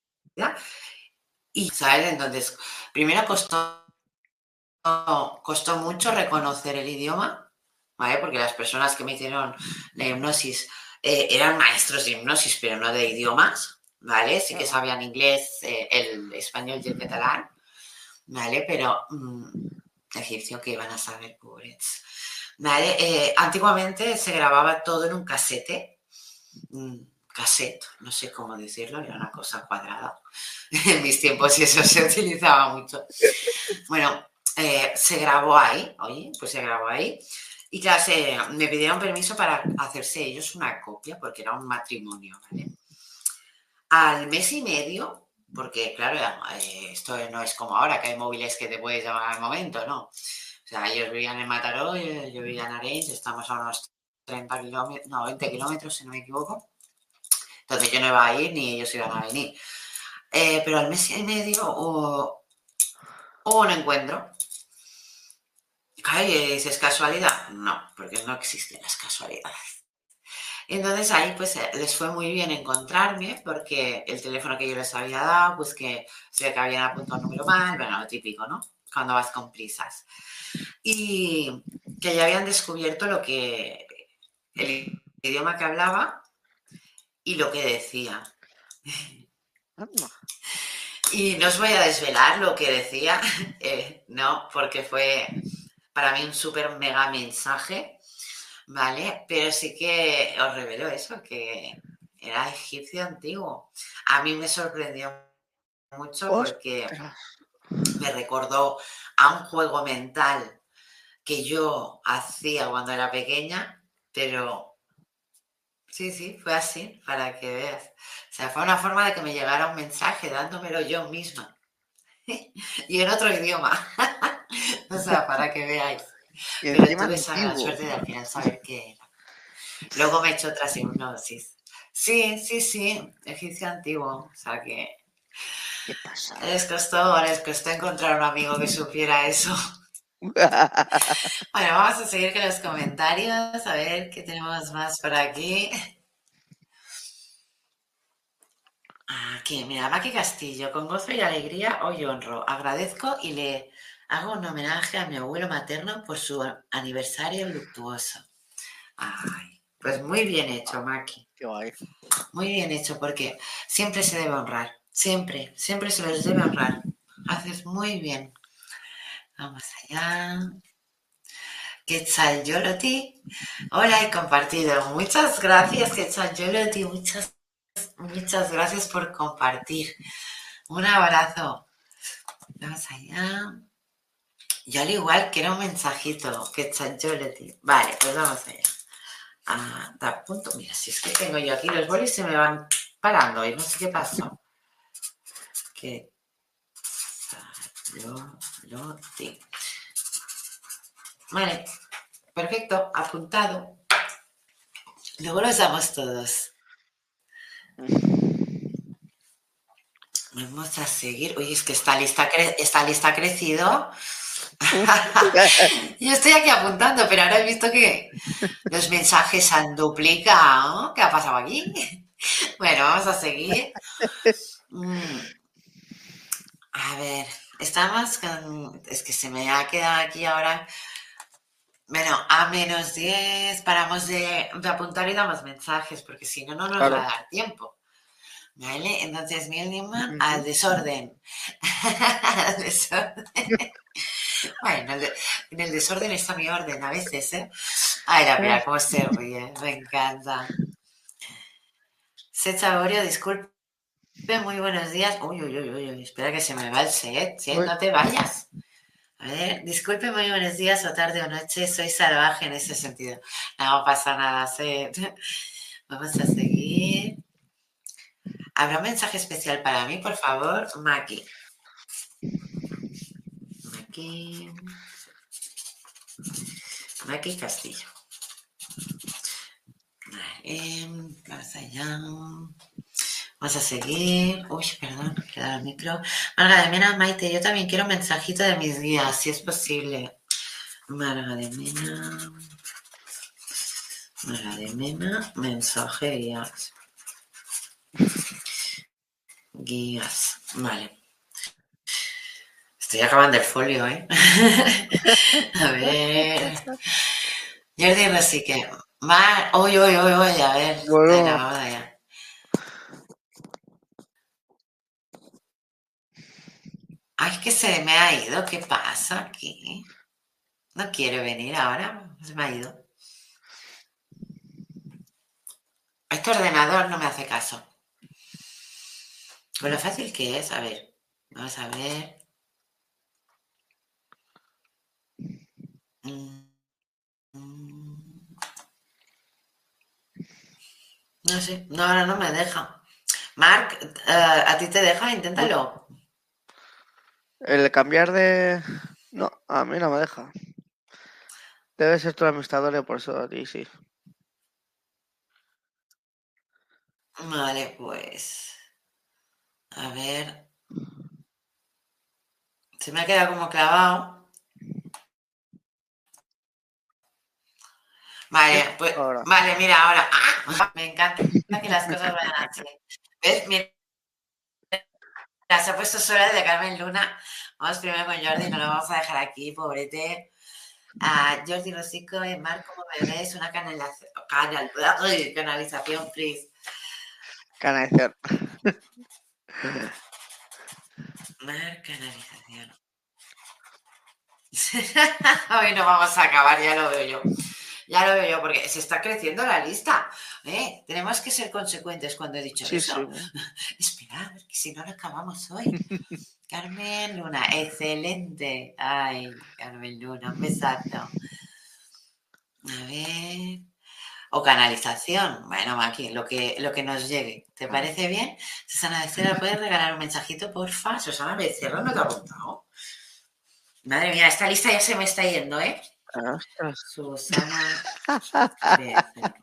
Y, ¿sabes? Entonces, primero costó, costó mucho reconocer el idioma, ¿vale? Porque las personas que me hicieron la hipnosis eh, eran maestros de hipnosis, pero no de idiomas, ¿vale? Sí que sabían inglés, eh, el español y el catalán, ¿vale? Pero mmm, egipcio que iban a saber, pobres. ¿Vale? Eh, antiguamente se grababa todo en un casete, un cassette, no sé cómo decirlo, era una cosa cuadrada. En mis tiempos y eso se utilizaba mucho. Bueno, eh, se grabó ahí, oye, pues se grabó ahí. Y claro, se, me pidieron permiso para hacerse ellos una copia, porque era un matrimonio, ¿vale? Al mes y medio, porque claro, eh, esto no es como ahora, que hay móviles que te puedes llamar al momento, ¿no? O sea, ellos vivían en Mataró, yo vivía en Arenys, estamos a unos treinta kilómetros, no, veinte kilómetros, si no me equivoco. Entonces yo no iba a ir ni ellos iban a venir. Eh, pero al mes y medio hubo, hubo un encuentro. Ay, ¿es casualidad? No, porque no existen las casualidades. Entonces ahí pues les fue muy bien encontrarme porque el teléfono que yo les había dado, pues que se ve que habían apuntado un número mal, bueno, lo típico, ¿no? Cuando vas con prisas. Y que ya habían descubierto lo que, el idioma que hablaba y lo que decía. Y no os voy a desvelar lo que decía, eh, no, porque fue para mí un súper mega mensaje, ¿vale? Pero sí que os revelo eso, que era egipcio antiguo. A mí me sorprendió mucho porque me recordó a un juego mental que yo hacía cuando era pequeña, pero sí, sí, fue así, para que veas. O sea, fue una forma de que me llegara un mensaje dándomelo yo misma. Y en otro idioma. O sea, para que veáis. Y Pero encima tuve esa gran antiguo. suerte de al final saber qué era. Luego me he hecho otras hipnosis. Sí, sí, sí, egipcio antiguo. O sea que... ¿Qué pasa? Les costó, les costó encontrar un amigo que supiera eso. Bueno, vamos a seguir con los comentarios. A ver qué tenemos más por aquí. Aquí, mira, Maki Castillo, con gozo y alegría hoy honro, agradezco y le hago un homenaje a mi abuelo materno por su aniversario luctuoso. Ay, pues muy bien hecho, Maki. Qué guay. Muy bien hecho, porque siempre se debe honrar, siempre, siempre se les debe honrar. Haces muy bien. Vamos allá. Quetzal Yoloti. Hola, he compartido. Muchas gracias, Quetzal Yoloti. Muchas, muchas gracias por compartir. Un abrazo. Vamos allá. Yo al igual quiero un mensajito. Quetzal Yoloti. Vale, pues vamos allá. Ah, da punto. Mira, si es que tengo yo aquí los bolis se me van parando y no sé qué pasó. Quetzal Yoloti. Vale, perfecto, apuntado. Luego los damos todos. Vamos a seguir. Oye, es que esta lista, cre esta lista ha crecido. Yo estoy aquí apuntando, pero ahora he visto que los mensajes se han duplicado. ¿Qué ha pasado aquí? Bueno, vamos a seguir. Mm. A ver, estamos con... Es que se me ha quedado aquí ahora Bueno, a menos diez paramos de, de apuntar y damos mensajes, porque si no, no nos va a Claro. dar tiempo. ¿Vale? Entonces, Milniman al Ujú. desorden. Al desorden. Bueno, el de- en el desorden está mi orden a veces, ¿eh? Ay, la mira cómo se ríe, me encanta. Set Saborio, disculpe, muy buenos días. Uy, uy, uy, uy, uy, espera que se me va el set, set, Uy, no te vayas. A ver, disculpe, muy buenos días o tarde o noche, soy salvaje en ese sentido. No pasa nada, set. Vamos a seguir. ¿Habrá un mensaje especial para mí, por favor? Maki. Maki. Maki Castillo. Vale, vamos allá. Vamos a seguir. Uy, perdón, queda el micro. Marga de Mena, Maite, yo también quiero un mensajito de mis guías, si es posible. Marga de Mena. Marga de Mena, mensaje guías. Guías. Vale. Estoy acabando el folio, ¿eh? A ver. Jordi Rosique. Mar. Uy, uy, uy, uy, a ver. Venga, bueno, vamos allá. Ay, que se me ha ido. ¿Qué pasa aquí? No quiere venir ahora. Se me ha ido. Este ordenador no me hace caso. Con lo fácil que es. A ver. Vamos a ver. Mm, mm, No sé. No, ahora no me deja. Marc, eh, ¿a ti te deja? uy, Inténtalo. el cambiar de... No, a mí no me deja. Debe ser tu administrador y por eso a ti sí. Vale, pues. A ver. Se me ha quedado como clavado. Sí, Vale, pues. ahora. Vale, mira, ahora. ¡Ah! Me encanta que las cosas vayan así. ¿Ves? Mira, se ha puesto sola de Carmen Luna. Vamos primero con Jordi, no lo vamos a dejar aquí, pobrete. A Jordi Rosico y Mar, como me ves, una canalización, canal, canalización, please. Canalización. Mar, canalización. Hoy no vamos a acabar, ya lo veo yo. Ya lo veo yo, porque se está creciendo la lista. ¿Eh? Tenemos que ser consecuentes cuando he dicho Sí, sí. eso. Esperad, que si no, no acabamos hoy. Carmen Luna, excelente. Ay, Carmen Luna, un besazo. A ver. O canalización. Bueno, Maki, lo que, lo que nos llegue. ¿Te parece bien? Susana Becerra, ¿puedes regalar un mensajito, porfa? Susana Becerra, ¿no te ha apuntado? Madre mía, esta lista ya se me está yendo, ¿eh? Ostras. Susana Becerra.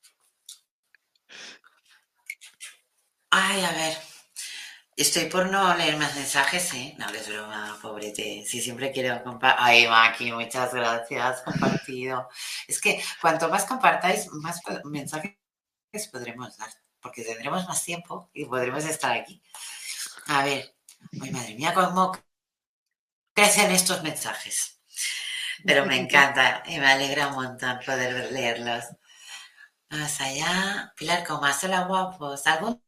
Ay, a ver. Estoy por no leer más mensajes, ¿eh? No, que es broma, pobrete. Si siempre quiero compartir. Ay, Maki, muchas gracias. Compartido. Es que cuanto más compartáis, más mensajes podremos dar, porque tendremos más tiempo y podremos estar aquí. A ver. Ay, madre mía, cómo crecen estos mensajes. Pero me encanta y me alegra un montón poder leerlos. Más allá. Pilar Comas, hola guapos. ¿Algún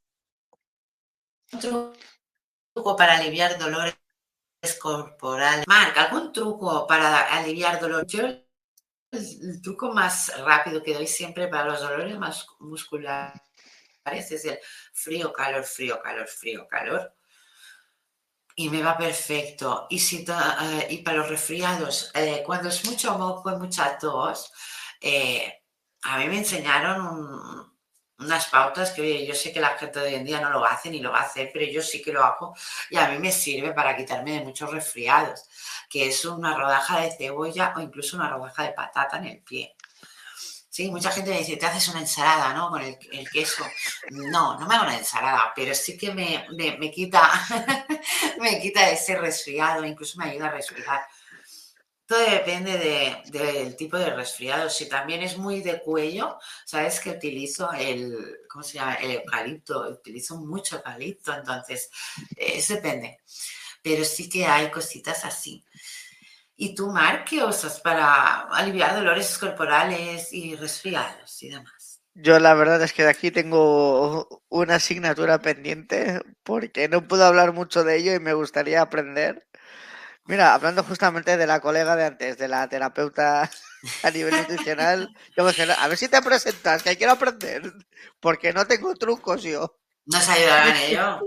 truco para aliviar dolores corporales? Marc, ¿algún truco para aliviar dolor? Yo el, el truco más rápido que doy siempre para los dolores más musculares es el frío, calor, frío, calor, frío, calor. Y me va perfecto. Y, si uh, y para los resfriados, eh, cuando es mucho moco y mucha tos, eh, a mí me enseñaron un, unas pautas que, oye, yo sé que la gente de hoy en día no lo hace ni lo va a hacer, pero yo sí que lo hago y a mí me sirve para quitarme de muchos resfriados, que es una rodaja de cebolla o incluso una rodaja de patata en el pie. Sí, mucha gente me dice, te haces una ensalada, ¿no? Con el, el queso. No, no me hago una ensalada, pero sí que me, me, me quita me quita ese resfriado, incluso me ayuda a respirar. Todo depende de, de, del tipo de resfriado. Si también es muy de cuello, sabes que utilizo el, ¿cómo se llama? El eucalipto. Utilizo mucho eucalipto, entonces, eh, eso depende. Pero sí que hay cositas así. ¿Y tú, Marc, qué usas para aliviar dolores corporales y resfriados y demás? Yo la verdad es que de aquí tengo una asignatura pendiente porque no puedo hablar mucho de ello y me gustaría aprender. Mira, hablando justamente de la colega de antes, de la terapeuta a nivel nutricional, yo me dije, a ver si te presentas, que quiero aprender, porque no tengo trucos yo. ¿Nos ayudarán ellos?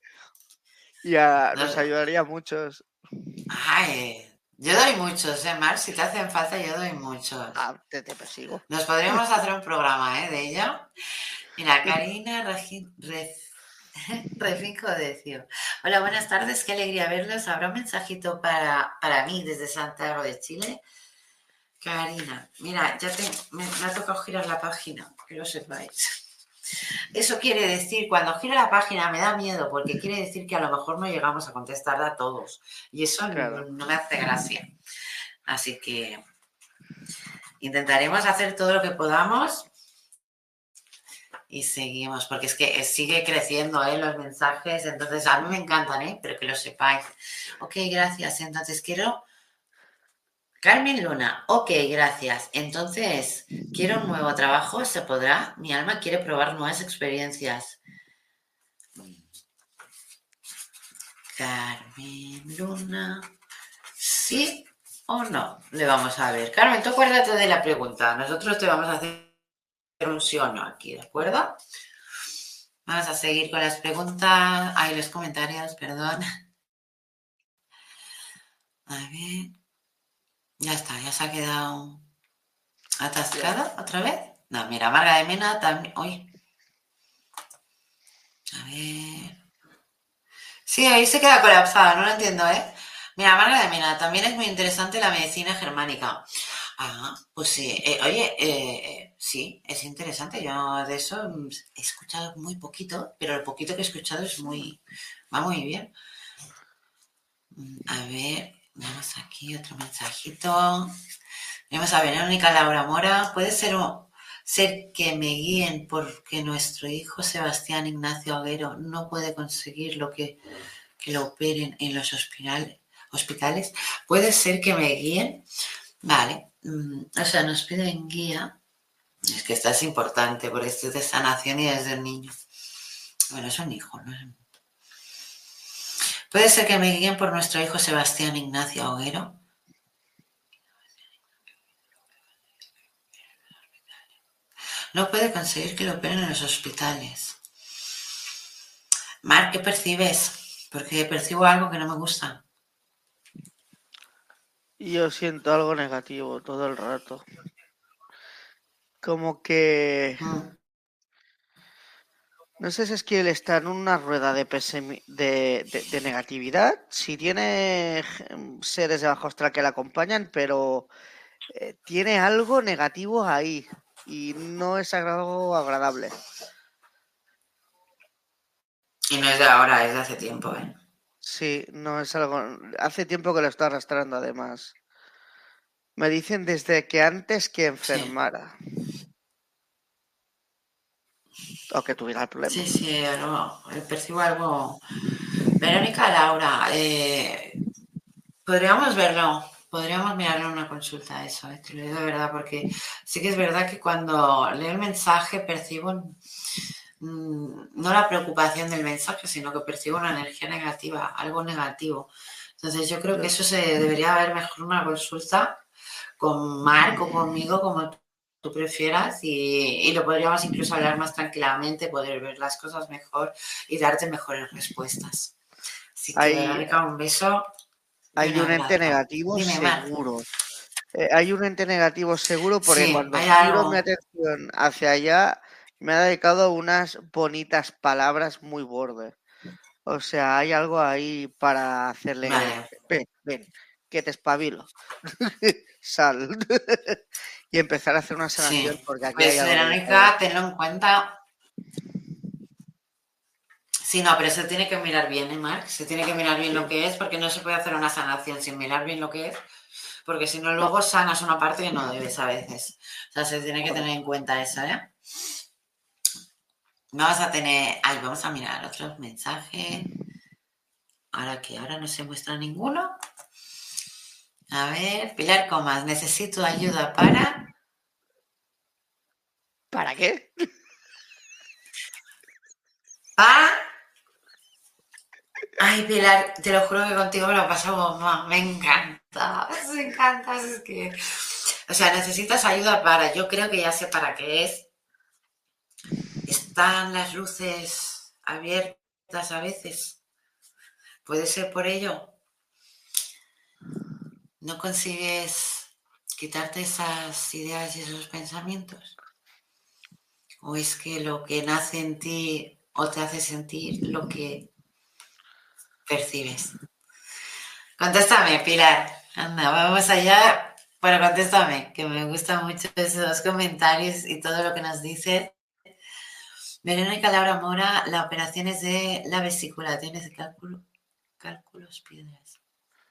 Ya nos No. ayudaría a muchos. Ay, yo doy muchos, ¿eh, Marc? Si te hacen falta, yo doy muchos. Ah, te, te persigo. Nos podríamos hacer un programa, ¿eh? De ello. Mira, Karina Regi- Rez- Refinco decía: hola, buenas tardes, qué alegría verlos. ¿Habrá un mensajito para, para mí desde Santiago de Chile? Karina, mira, ya te, me, me ha tocado girar la página, que lo sepáis. Eso quiere decir, cuando giro la página me da miedo, porque quiere decir que a lo mejor no llegamos a contestar a todos. Y eso Claro. no, no me hace gracia. Así que intentaremos hacer todo lo que podamos y seguimos, porque es que sigue creciendo, ¿eh? Los mensajes, entonces a mí me encantan, ¿eh? Pero que lo sepáis. Ok, gracias. Entonces quiero... Carmen Luna, ok, gracias. Entonces, quiero un nuevo trabajo, ¿se podrá? Mi alma quiere probar nuevas experiencias. Carmen Luna, ¿sí o no? Le vamos a ver. Carmen, tú acuérdate de la pregunta. Nosotros te vamos a hacer un sí o no aquí, ¿de acuerdo? Vamos a seguir con las preguntas. Ay, los comentarios, perdón. A ver. Ya está, ya se ha quedado atascada otra vez. No, mira, Marga de Mena también. Uy. A ver. Sí, ahí se queda colapsada, no lo entiendo, ¿eh? Mira, Marga de Mena, también es muy interesante la medicina germánica. Ah, pues sí. Eh, oye, eh, sí, es interesante. Yo de eso he escuchado muy poquito, pero lo poquito que he escuchado es muy, va muy bien. A ver, vamos aquí, otro mensajito. Vamos a ver, Verónica Laura Mora. ¿Puede ser, ser que me guíen porque nuestro hijo Sebastián Ignacio Aguero no puede conseguir lo que, que lo operen en los hospital, hospitales? ¿Puede ser que me guíen? Vale. O sea, nos piden guía. Es que esta es importante porque esto es de sanación y desde el niño. Bueno, es un hijo, ¿no? ¿Puede ser que me guíen por nuestro hijo Sebastián Ignacio Aguero? No puede conseguir que lo operen en los hospitales. Marc, ¿qué percibes? Porque percibo algo que no me gusta. Yo siento algo negativo todo el rato. Como que... Mm. No sé si es que él está en una rueda de, pesimi- de, de, de negatividad, si tiene seres de bajo astral que le acompañan, pero eh, tiene algo negativo ahí y no es algo agradable. Y no es de ahora, es de hace tiempo, ¿eh? Sí, no es algo... Hace tiempo que lo está arrastrando además. Me dicen desde que antes que enfermara. Sí. O que tuviera el problema. Sí, sí, algo, percibo algo. Verónica Laura, eh, podríamos verlo, podríamos mirarlo en una consulta eso, eh, te lo digo de verdad, porque sí que es verdad que cuando leo el mensaje percibo mmm, no la preocupación del mensaje, sino que percibo una energía negativa, algo negativo. Entonces yo creo sí. que eso se debería ver mejor una consulta con Marc o conmigo, como tú prefieras, y, y lo podríamos incluso hablar más tranquilamente, poder ver las cosas mejor y darte mejores respuestas. Así que, hay, Verónica, un beso. Hay un, un ente negativo Dime, seguro. Eh, hay un ente negativo seguro porque sí, cuando giro algo... mi atención hacia allá me ha dedicado unas bonitas palabras muy bordes. O sea, hay algo ahí para hacerle... Vale. Ven, ven, que te espabilo. Sal. Y empezar a hacer una sanación sí. Porque aquí pues, hay Verónica, tenlo en cuenta. Sí, no, pero se tiene que mirar bien, ¿eh, Marc? Se tiene que mirar bien sí. lo que es, porque no se puede hacer una sanación sin mirar bien lo que es, porque si no, luego sanas una parte que no debes a veces. O sea, se tiene que tener en cuenta eso, ¿eh? Vamos a tener... Ahí vamos a mirar otros mensajes. Ahora que ahora no se muestra ninguno. A ver, Pilar Comas, necesito ayuda para... ¿Para qué? ¿Para? Ay, Pilar, te lo juro que contigo me lo paso bomba. Me encanta, me encanta. Es que... O sea, necesitas ayuda para... Yo creo que ya sé para qué es. Están las luces abiertas a veces. ¿Puede ser por ello? ¿No consigues quitarte esas ideas y esos pensamientos? ¿O es que lo que nace en ti o te hace sentir lo que percibes? Contéstame, Pilar. Anda, vamos allá. Bueno, contéstame, que me gustan mucho esos comentarios y todo lo que nos dices. Verónica Laura Mora, la operación es de la vesícula, tienes cálculo, cálculos piedras.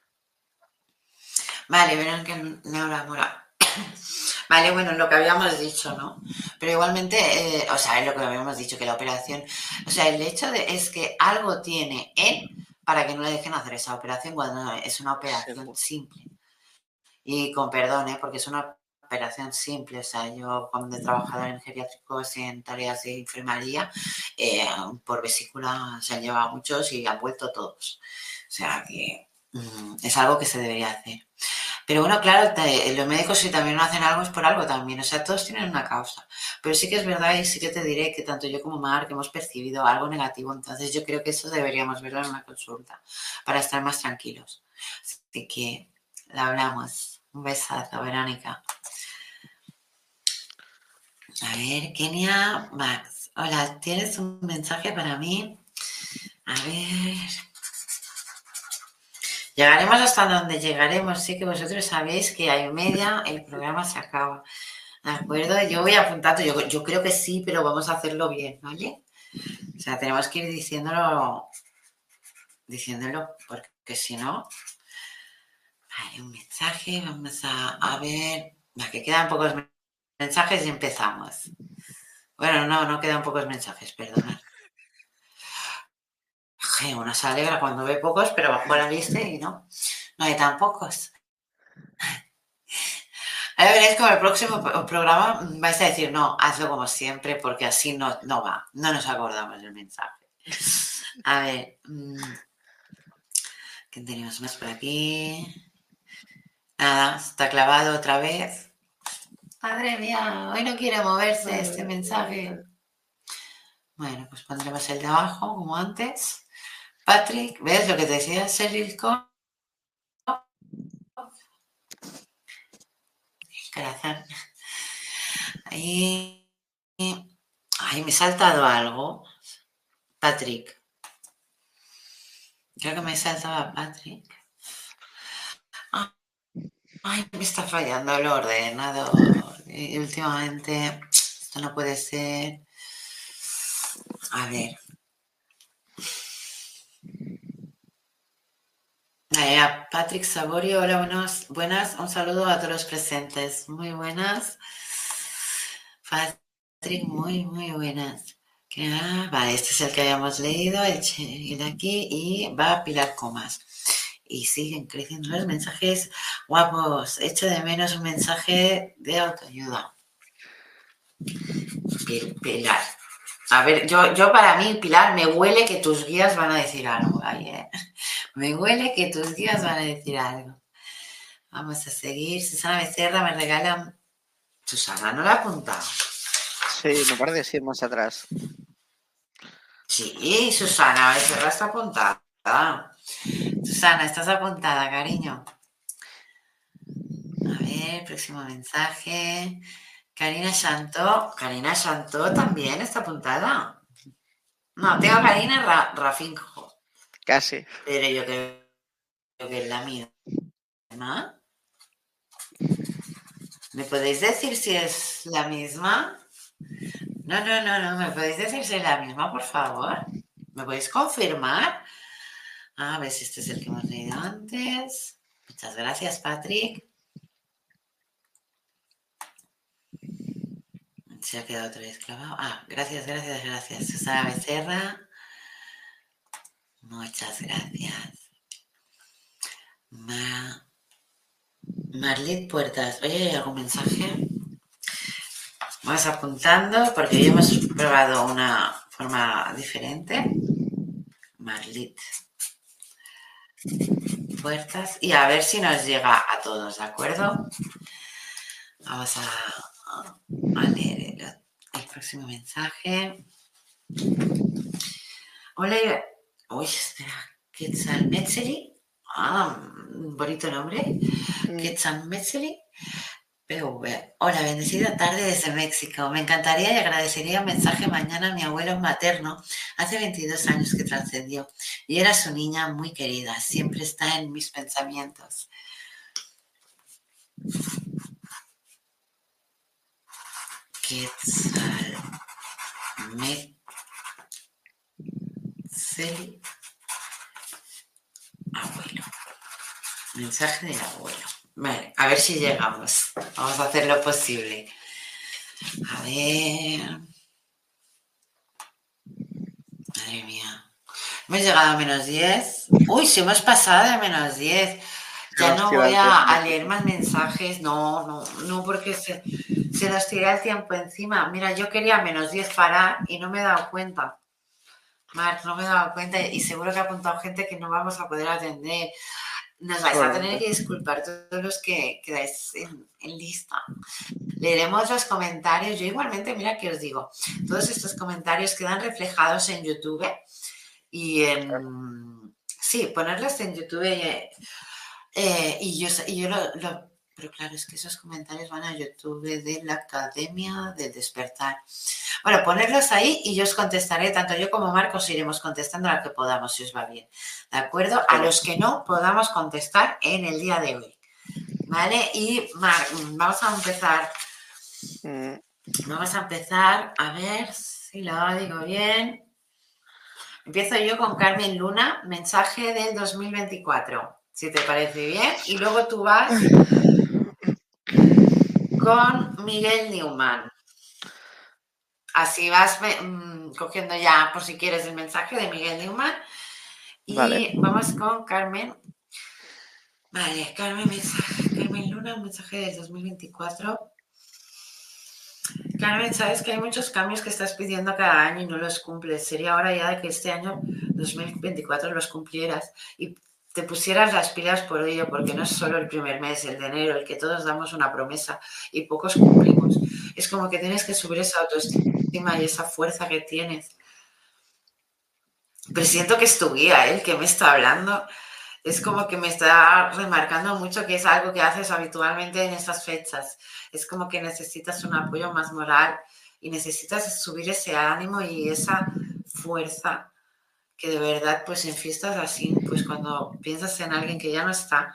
Vale, Verónica Laura Mora. Vale, bueno, lo que habíamos dicho, ¿no? Pero igualmente, eh, o sea, es lo que habíamos dicho, que la operación, o sea, el hecho de es que algo tiene él para que no le dejen hacer esa operación cuando es una operación simple. Y con perdón, ¿eh? Porque es una operación simple, o sea, yo cuando he trabajado en geriátricos y en tareas de enfermería, eh, por vesícula se han llevado muchos y han vuelto todos. O sea, que mm, es algo que se debería hacer. Pero bueno, claro, te, los médicos si también no hacen algo es por algo también, o sea, todos tienen una causa. Pero sí que es verdad y sí que te diré que tanto yo como Marc hemos percibido algo negativo, entonces yo creo que eso deberíamos verlo en una consulta para estar más tranquilos. Así que la hablamos. Un besazo, Verónica. A ver, Kenia Max. Hola, ¿tienes un mensaje para mí? A ver... Llegaremos hasta donde llegaremos, sí que vosotros sabéis que a y media el programa se acaba. ¿De acuerdo? Yo voy apuntando, yo, yo creo que sí, pero vamos a hacerlo bien, ¿vale? O sea, tenemos que ir diciéndolo, diciéndolo, porque si no... Vale, un mensaje, vamos a, a ver... Va, que quedan pocos mensajes y empezamos. Bueno, no, no quedan pocos mensajes, perdonad. Uno se alegra cuando ve pocos, pero bueno, viste y no, no hay tan pocos. Ahora veréis como el próximo programa vais a decir, no, hazlo como siempre, porque así no, no va, no nos acordamos del mensaje. A ver, ¿qué tenemos más por aquí? Nada, está clavado otra vez. Madre mía, hoy no quiere moverse este mensaje. Bueno, pues pondremos el de abajo, como antes. Patrick, ¿ves lo que te decía Sheryl Cole? Corazón. Ahí. Ay, me he saltado algo. Patrick. Creo que me he saltado a Patrick. Ay, me está fallando el ordenador. Y últimamente, esto no puede ser. A ver. A Patrick Saborio, hola, buenos, buenas. Un saludo a todos los presentes. Muy buenas. Patrick, muy, muy buenas. Ah, vale, este es el que habíamos leído, el, el de aquí, y va a Pilar Comas. Y siguen creciendo los mensajes guapos. Echo de menos un mensaje de autoayuda. Pilar. A ver, yo, yo para mí, Pilar, me huele que tus guías van a decir algo ahí, ¿eh? Me huele que tus guías van a decir algo. Vamos a seguir. Susana Becerra me regala... Susana, ¿no la ha apuntado? Sí, me parece ir más atrás. Sí, Susana Becerra está apuntada. Susana, estás apuntada, cariño. A ver, próximo mensaje. Karina Shantó. Karina Shantó también está apuntada. No, tengo a Karina Ra Rafinjo. Casi. Pero yo creo que es la misma. ¿Me podéis decir si es la misma? No, no, no, no. ¿Me podéis decir si es la misma, por favor? ¿Me podéis confirmar? A ver si este es el que hemos leído antes. Muchas gracias, Patrick. Se ha quedado otra vez clavado. Ah, gracias, gracias, gracias. Susana Becerra. Muchas gracias. Ma... Marlit Puertas. Oye, ¿hay algún mensaje? Vas apuntando porque hoy hemos probado una forma diferente. Marlit Puertas. Y a ver si nos llega a todos, ¿de acuerdo? Vamos a, a leer el, el próximo mensaje. Hola, uy, espera, Quetzalmetzli. Ah, bonito nombre. Quetzalmetzli. P V. Hola, bendecida tarde desde México. Me encantaría y agradecería un mensaje mañana a mi abuelo materno. Hace veintidós años que trascendió y era su niña muy querida. Siempre está en mis pensamientos. Quetzalmetzli. Abuelo. Mensaje del abuelo. Vale, a ver si llegamos. Vamos a hacer lo posible. A ver. Madre mía. Hemos llegado a menos diez. Uy, si hemos pasado de menos diez. Ya no voy a, a leer más mensajes. No, no, no, porque se, se nos tira el tiempo encima. Mira, yo quería menos diez parar y no me he dado cuenta. Marc, no me he dado cuenta y seguro que ha apuntado gente que no vamos a poder atender. Nos vais a tener que disculpar todos los que quedáis en, en lista. Leeremos los comentarios. Yo igualmente, mira que os digo, todos estos comentarios quedan reflejados en YouTube y en... Sí, ponerlos en YouTube y, eh, y yo, y yo lo, lo... Pero claro, es que esos comentarios van a YouTube de la Academia del Despertar. Bueno, ponerlos ahí y yo os contestaré, tanto yo como Marcos iremos contestando a lo que podamos, si os va bien. ¿De acuerdo? A los que no podamos contestar en el día de hoy. ¿Vale? Y Mar, vamos a empezar. Vamos a empezar, a ver si lo digo bien. Empiezo yo con Carmen Luna, mensaje del dos mil veinticuatro, si te parece bien. Y luego tú vas con Miguel Newman. Así vas mmm, cogiendo ya, por si quieres, el mensaje de Miguel Newman. Y vale. Vamos con Carmen. Vale, Carmen, mensaje, Carmen Luna, un mensaje del dos mil veinticuatro. Carmen, sabes que hay muchos cambios que estás pidiendo cada año y no los cumples. Sería hora ya de que este año dos mil veinticuatro los cumplieras y te pusieras las pilas por ello, porque no es solo el primer mes, el de enero, el que todos damos una promesa y pocos cumplimos. Es como que tienes que subir esa autoestima y esa fuerza que tienes. Pero siento que es tu guía, ¿eh? El que me está hablando. Es como que me está remarcando mucho que es algo que haces habitualmente en estas fechas. Es como que necesitas un apoyo más moral y necesitas subir ese ánimo y esa fuerza que de verdad, pues en fiestas así, pues cuando piensas en alguien que ya no está,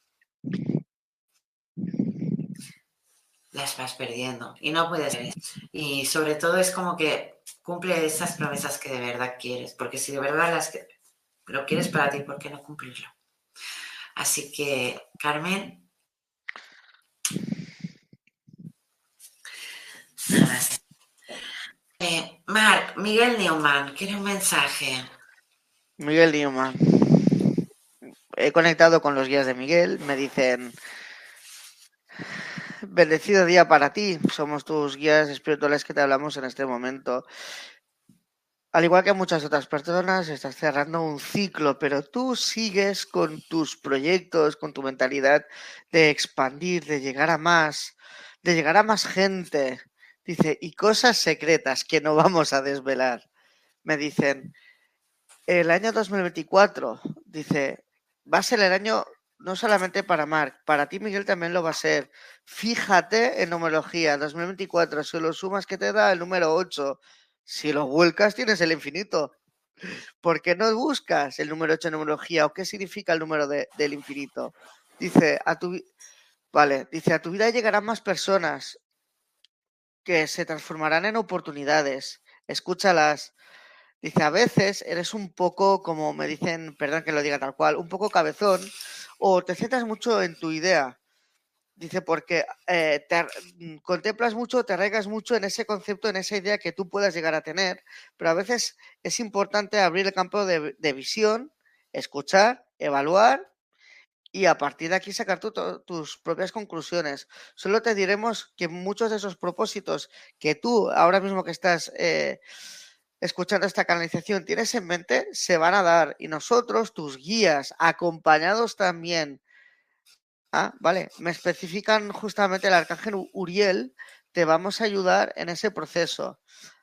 las vas perdiendo y no puedes ver. Y sobre todo es como que cumple esas promesas que de verdad quieres, porque si de verdad las que lo quieres para ti, ¿por qué no cumplirlo? Así que, Carmen, nada más. Eh, Marc, Miguel Newman, quiere un mensaje. Miguel Newman. He conectado con los guías de Miguel, me dicen: bendecido día para ti, somos tus guías espirituales que te hablamos en este momento. Al igual que muchas otras personas, estás cerrando un ciclo, pero tú sigues con tus proyectos, con tu mentalidad de expandir, de llegar a más, de llegar a más gente. Dice, y cosas secretas que no vamos a desvelar. Me dicen, el año dos mil veinticuatro, dice, va a ser el año no solamente para Marc, para ti, Miguel, también lo va a ser. Fíjate en numerología, dos mil veinticuatro, si lo sumas, ¿qué te da? El número ocho. Si lo vuelcas, tienes el infinito. ¿Por qué no buscas el número ocho en numerología? ¿O qué significa el número de, del infinito? Dice, a tu, vale, dice, a tu vida llegarán más personas que se transformarán en oportunidades. Escúchalas. Dice, a veces eres un poco, como me dicen, perdón que lo diga tal cual, un poco cabezón, o te centras mucho en tu idea. Dice, porque eh, te contemplas mucho, te arraigas mucho en ese concepto, en esa idea que tú puedas llegar a tener, pero a veces es importante abrir el campo de, de visión, escuchar, evaluar y a partir de aquí sacar tu, tus propias conclusiones. Solo te diremos que muchos de esos propósitos que tú ahora mismo que estás eh, escuchando esta canalización tienes en mente, se van a dar. Y nosotros, tus guías, acompañados también, ah, vale, me especifican justamente el arcángel Uriel, te vamos a ayudar en ese proceso.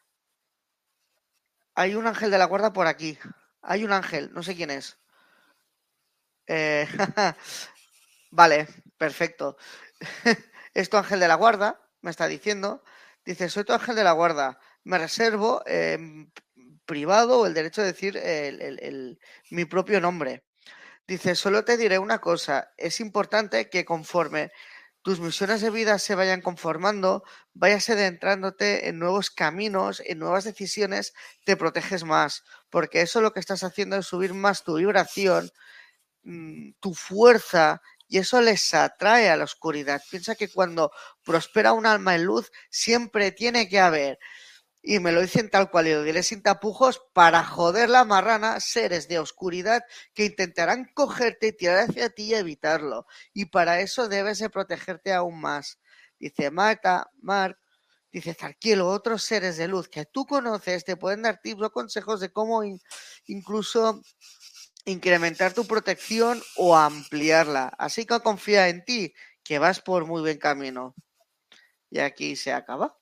Hay un ángel de la guarda por aquí. Hay un ángel, no sé quién es. Eh, vale, perfecto. Es tu ángel de la guarda, me está diciendo. Dice, soy tu ángel de la guarda. Me reservo eh, privado el derecho de decir el, el, el, mi propio nombre. Dice, solo te diré una cosa. Es importante que conforme tus misiones de vida se vayan conformando, vayas adentrándote en nuevos caminos, en nuevas decisiones, te proteges más. Porque eso lo que estás haciendo es subir más tu vibración, tu fuerza, y eso les atrae a la oscuridad. Piensa que cuando prospera un alma en luz, siempre tiene que haber, y me lo dicen tal cual, y lo diré sin tapujos, para joder la marrana, seres de oscuridad que intentarán cogerte y tirar hacia ti y evitarlo. Y para eso debes de protegerte aún más. Dice Marta, Mark, dice Zarquielo, otros seres de luz que tú conoces te pueden dar tips o consejos de cómo in- incluso incrementar tu protección o ampliarla. Así que confía en ti, que vas por muy buen camino. Y aquí se acaba.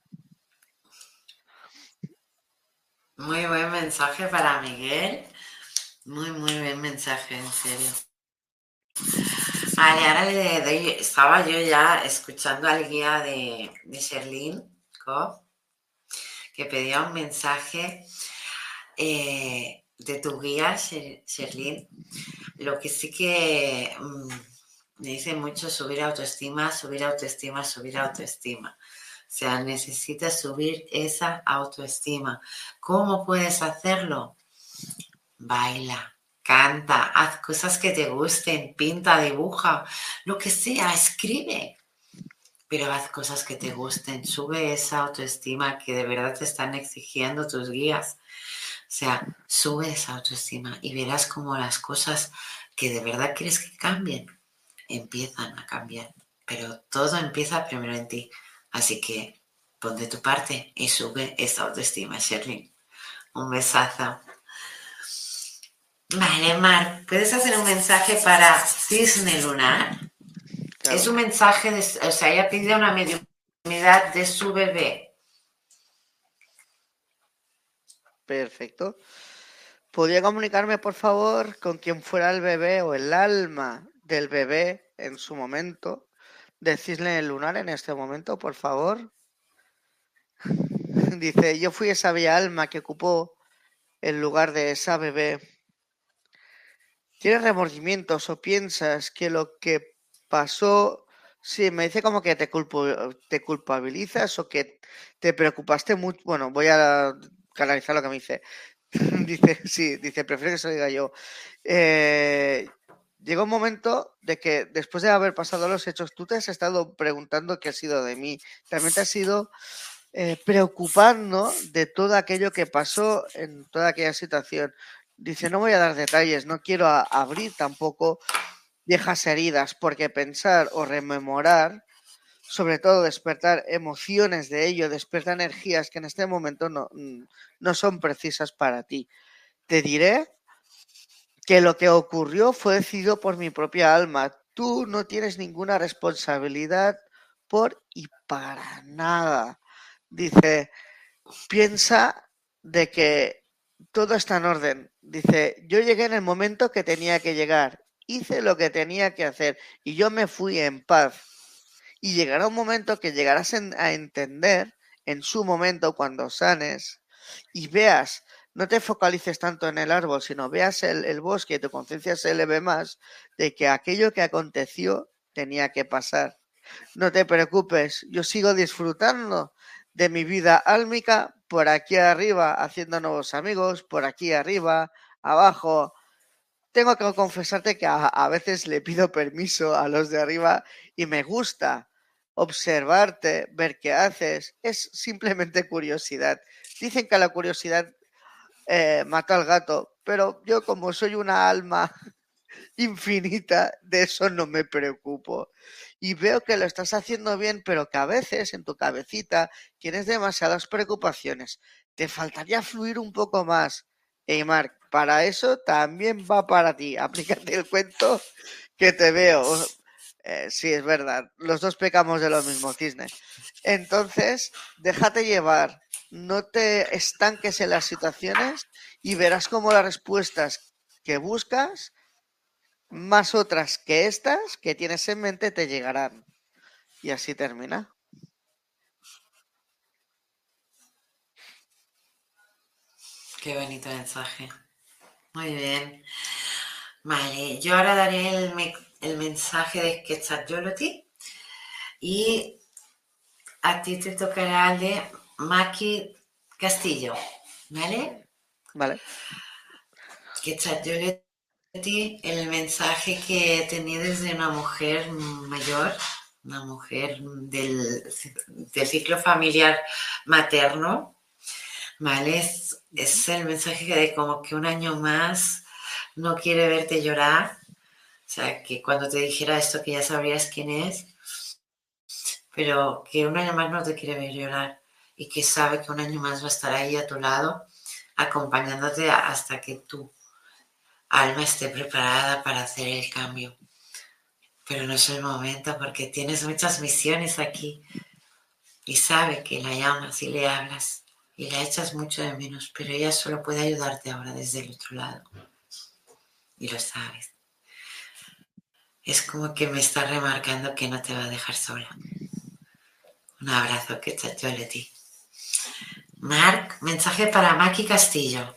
Muy buen mensaje para Miguel. Muy, muy buen mensaje, en serio. Vale, ahora le doy, estaba yo ya escuchando al guía de, de Sherlyn Koff, que pedía un mensaje eh, de tu guía, Sherlyn. Lo que sí que mmm, me dice mucho subir autoestima, subir autoestima, subir autoestima. O sea, necesitas subir esa autoestima. ¿Cómo puedes hacerlo? Baila, canta, haz cosas que te gusten, pinta, dibuja, lo que sea, escribe. Pero haz cosas que te gusten, sube esa autoestima que de verdad te están exigiendo tus guías. O sea, sube esa autoestima y verás cómo las cosas que de verdad quieres que cambien, empiezan a cambiar. Pero todo empieza primero en ti. Así que pon de tu parte y sube esa autoestima, Sherlyn. Un besazo. Vale, Mar, ¿puedes hacer un mensaje para Cisne Lunar? Claro. Es un mensaje, de, o sea, ella pide una mediunidad de su bebé. Perfecto. ¿Podría comunicarme, por favor, con quien fuera el bebé o el alma del bebé en su momento? De Cisne Lunar en este momento, por favor. Dice, yo fui esa bella alma que ocupó el lugar de esa bebé. ¿Tienes remordimientos o piensas que lo que pasó, sí, me dice como que te, culpo, te culpabilizas o que te preocupaste mucho? Bueno, voy a canalizar lo que me dice. Dice, sí, dice, prefiero que se lo diga yo. Eh, llegó un momento de que después de haber pasado los hechos, tú te has estado preguntando qué ha sido de mí. También te has ido eh, preocupando de todo aquello que pasó en toda aquella situación. Dice, no voy a dar detalles, no quiero a, abrir tampoco viejas heridas, porque pensar o rememorar, sobre todo despertar emociones de ello, despertar energías que en este momento no, no son precisas para ti. Te diré que lo que ocurrió fue decidido por mi propia alma. Tú no tienes ninguna responsabilidad por y para nada. Dice, piensa de que todo está en orden. Dice, yo llegué en el momento que tenía que llegar, hice lo que tenía que hacer y yo me fui en paz. Y llegará un momento que llegarás a entender en su momento cuando sanes y veas, no te focalices tanto en el árbol, sino veas el, el bosque y tu conciencia se eleve más de que aquello que aconteció tenía que pasar. No te preocupes, yo sigo disfrutando de mi vida álmica por aquí arriba, haciendo nuevos amigos, por aquí arriba, abajo. Tengo que confesarte que a, a veces le pido permiso a los de arriba y me gusta observarte, ver qué haces. Es simplemente curiosidad. Dicen que la curiosidad eh, mata al gato, pero yo como soy una alma infinita, de eso no me preocupo. Y veo que lo estás haciendo bien, pero que a veces en tu cabecita tienes demasiadas preocupaciones. Te faltaría fluir un poco más. Hey, Marc, para eso también va para ti. Aplícate el cuento que te veo. Eh, sí, es verdad. Los dos pecamos de lo mismo, cisne. Entonces, déjate llevar. No te estanques en las situaciones y verás cómo las respuestas que buscas, más otras que estas que tienes en mente, te llegarán. Y así termina. Qué bonito mensaje. Muy bien. Vale, yo ahora daré el, me el mensaje de Quetzalcóatl y a ti te tocará el de Maki Castillo, ¿vale? Vale. Quetzalcóatl, el mensaje que tenía desde una mujer mayor, una mujer del, del ciclo familiar materno, ¿vale? Es, es el mensaje de como que un año más no quiere verte llorar. O sea, que cuando te dijera esto que ya sabrías quién es, pero que un año más no te quiere ver llorar y que sabe que un año más va a estar ahí a tu lado, acompañándote hasta que tu alma esté preparada para hacer el cambio. Pero no es el momento porque tienes muchas misiones aquí y sabe que la llamas y le hablas y la echas mucho de menos, pero ella solo puede ayudarte ahora desde el otro lado. Y lo sabes. Es como que me está remarcando que no te va a dejar sola. Un abrazo, Quetzalcóatl. Marc, mensaje para Maki Castillo.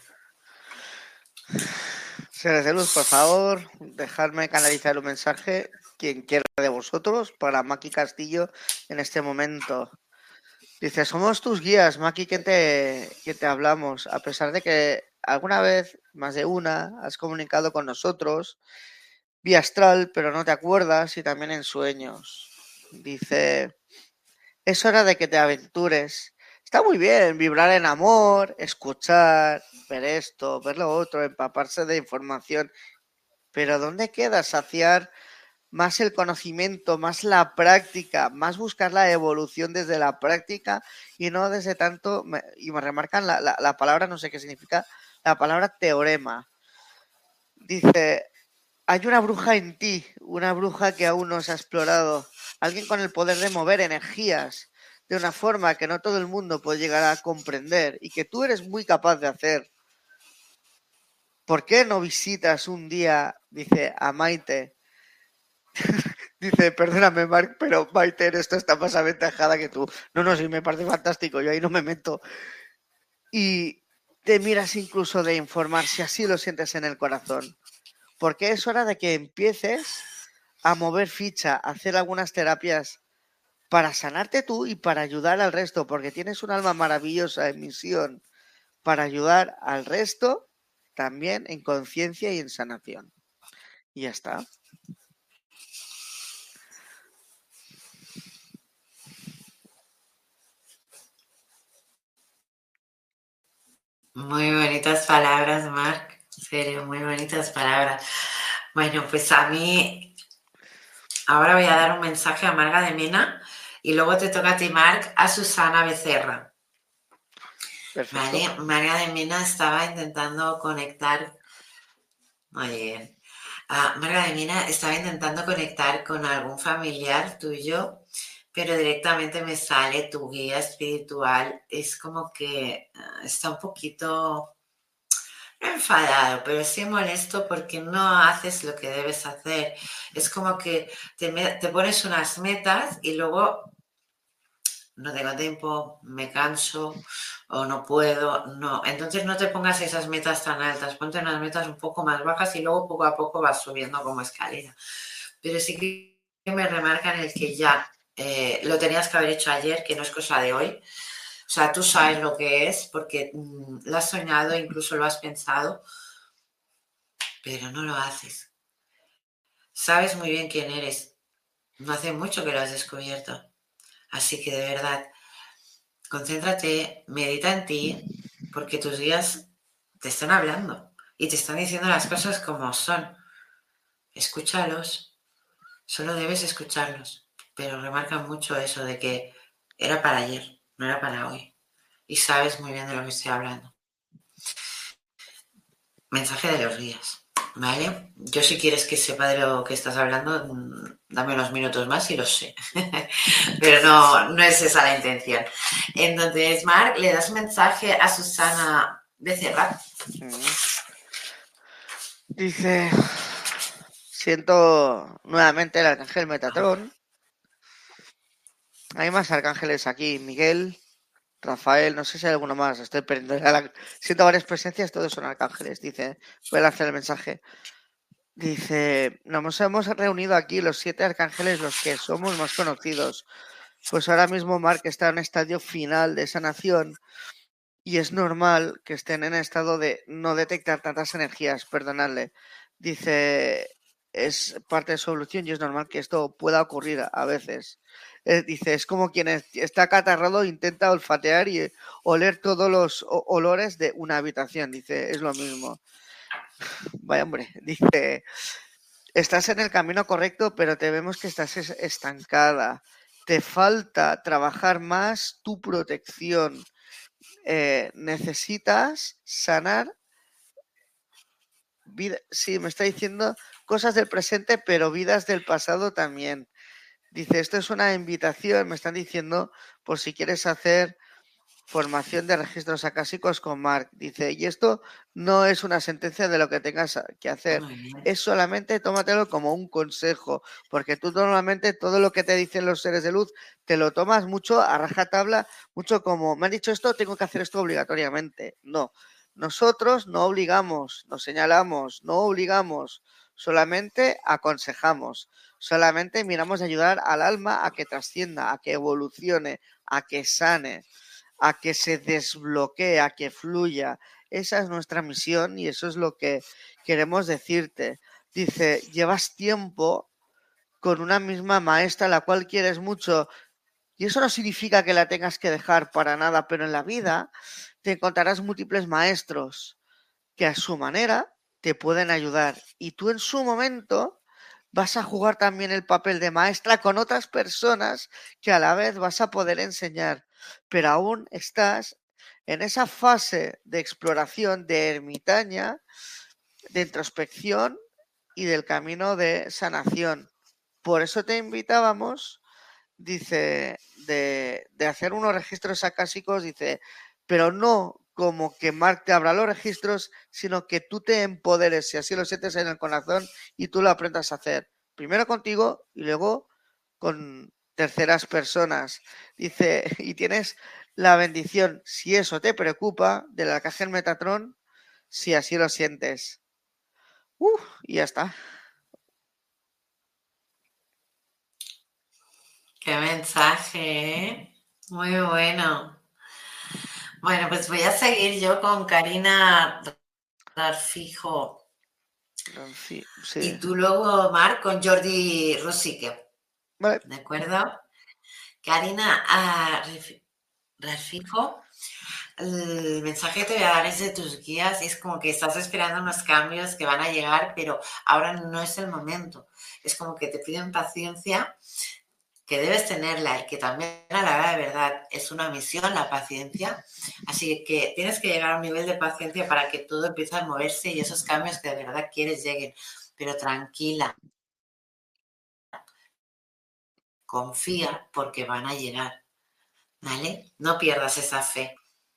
Seres de luz, por favor, dejadme canalizar un mensaje, quien quiera de vosotros, para Maki Castillo en este momento. Dice, somos tus guías, Maki, que te, que te hablamos, a pesar de que alguna vez, más de una, has comunicado con nosotros vía astral, pero no te acuerdas, y también en sueños. Dice, es hora de que te aventures. Está muy bien vibrar en amor, escuchar, ver esto, ver lo otro, empaparse de información, pero ¿dónde queda saciar más el conocimiento, más la práctica, más buscar la evolución desde la práctica y no desde tanto, y me remarcan la, la, la palabra, no sé qué significa, la palabra teorema. Dice, hay una bruja en ti, una bruja que aún no se ha explorado, alguien con el poder de mover energías de una forma que no todo el mundo puede llegar a comprender y que tú eres muy capaz de hacer. ¿Por qué no visitas un día, dice, a Maite? Dice, perdóname, Marc, pero Maite en esto está más aventajada que tú. No, no, sí, me parece fantástico, yo ahí no me meto. Y te miras incluso de informar si así lo sientes en el corazón. Porque es hora de que empieces a mover ficha, a hacer algunas terapias para sanarte tú y para ayudar al resto, porque tienes un alma maravillosa en misión para ayudar al resto también en conciencia y en sanación. Y ya está. Muy bonitas palabras, Marc. En serio, muy bonitas palabras. Bueno, pues a mí ahora voy a dar un mensaje a Marga de Mena y luego te toca a ti, Marc, a Susana Becerra. Perfecto. Vale, Marga de Mena estaba intentando conectar. Muy bien. Uh, Marga de Mena estaba intentando conectar con algún familiar tuyo, pero directamente me sale tu guía espiritual. Es como que uh, está un poquito enfadado, pero sí molesto porque no haces lo que debes hacer. Es como que te, te pones unas metas y luego no tengo tiempo, me canso o no puedo, no. Entonces no te pongas esas metas tan altas, ponte unas metas un poco más bajas y luego poco a poco vas subiendo como escalera. Pero sí que me remarcan el que ya eh, lo tenías que haber hecho ayer, que no es cosa de hoy. O sea, tú sabes lo que es porque mmm, lo has soñado, incluso lo has pensado, pero no lo haces. Sabes muy bien quién eres. No hace mucho que lo has descubierto. Así que de verdad, concéntrate, medita en ti, porque tus guías te están hablando y te están diciendo las cosas como son. escúchalos, solo debes escucharlos, pero remarcan mucho eso de que era para ayer, no era para hoy, y sabes muy bien de lo que estoy hablando. Mensaje de los días, ¿vale? Yo si quieres que sepa de lo que estás hablando, dame unos minutos más y lo sé, pero no, no es esa la intención. Entonces, Marc, le das mensaje a Susana Becerra. Dice, siento nuevamente el arcángel Metatron. Hay más arcángeles aquí, Miguel, Rafael, no sé si hay alguno más, estoy perdiendo. Siento varias presencias, todos son arcángeles. Dice, voy a lanzar el mensaje. Dice, nos hemos reunido aquí los siete arcángeles, los que somos más conocidos. Pues ahora mismo Marc está en un estadio final de sanación y es normal que estén en estado de no detectar tantas energías, perdonadle. Dice, es parte de su evolución y es normal que esto pueda ocurrir a veces. Eh, dice, es como quien está acatarrado, intenta olfatear y oler todos los olores de una habitación. Dice, es lo mismo. Vaya hombre, dice, estás en el camino correcto, pero te vemos que estás estancada. Te falta trabajar más tu protección. Eh, necesitas sanar vida. Sí, me está diciendo cosas del presente, pero vidas del pasado también. Dice, esto es una invitación, me están diciendo, por si quieres hacer formación de registros acásicos con Marc. Dice, y esto no es una sentencia de lo que tengas que hacer, es solamente tómatelo como un consejo, porque tú normalmente todo lo que te dicen los seres de luz te lo tomas mucho a rajatabla, mucho como, me han dicho esto, tengo que hacer esto obligatoriamente. No, nosotros no obligamos, nos señalamos, no obligamos, solamente aconsejamos, solamente miramos de ayudar al alma a que trascienda, a que evolucione, a que sane, a que se desbloquee, a que fluya. Esa es nuestra misión y eso es lo que queremos decirte. Dice, llevas tiempo con una misma maestra, la cual quieres mucho, y eso no significa que la tengas que dejar para nada, pero en la vida te encontrarás múltiples maestros que a su manera te pueden ayudar y tú en su momento vas a jugar también el papel de maestra con otras personas que a la vez vas a poder enseñar, pero aún estás en esa fase de exploración, de ermitaña, de introspección y del camino de sanación. Por eso te invitábamos, dice, de, de hacer unos registros acásicos, dice, pero no como que Marc te abra los registros, sino que tú te empoderes, si así lo sientes en el corazón, y tú lo aprendas a hacer. Primero contigo y luego con terceras personas. Dice, y tienes la bendición, si eso te preocupa, del arcángel Metatron, si así lo sientes. Uh, y ya está. Qué mensaje, ¿eh? Muy bueno. Bueno, pues voy a seguir yo con Karina Darfijo. Sí, sí. Y tú luego, Marc, con Jordi Rosique. Vale. ¿De acuerdo? Karina uh, Darfijo, el mensaje que te voy a dar es de tus guías y es como que estás esperando unos cambios que van a llegar, pero ahora no es el momento. Es como que te piden paciencia, que debes tenerla y que también a la hora de verdad es una misión la paciencia, así que tienes que llegar a un nivel de paciencia para que todo empiece a moverse y esos cambios que de verdad quieres lleguen, pero tranquila, confía porque van a llegar, ¿vale? No pierdas esa fe.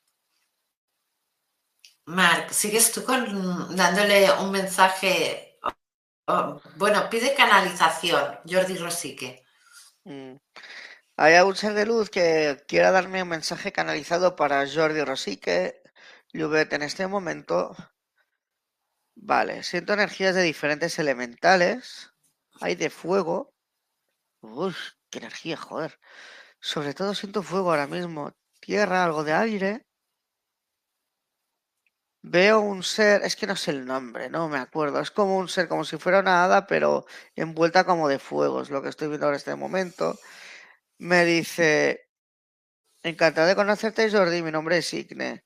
Marc, ¿sigues tú con, dándole un mensaje? Oh, bueno, pide canalización, Jordi Rosique. Mm. ¿Hay algún ser de luz que quiera darme un mensaje canalizado para Jordi Rosique? Lluvet en este momento. Vale, siento energías de diferentes elementales. Hay de fuego. Uy, qué energía, joder. Sobre todo siento fuego ahora mismo. Tierra, algo de aire. Veo un ser, es que no sé el nombre, no me acuerdo. Es como un ser, como si fuera una hada, pero envuelta como de fuego. Es lo que estoy viendo ahora en este momento. Me dice, encantado de conocerte, Jordi. Mi nombre es Igne.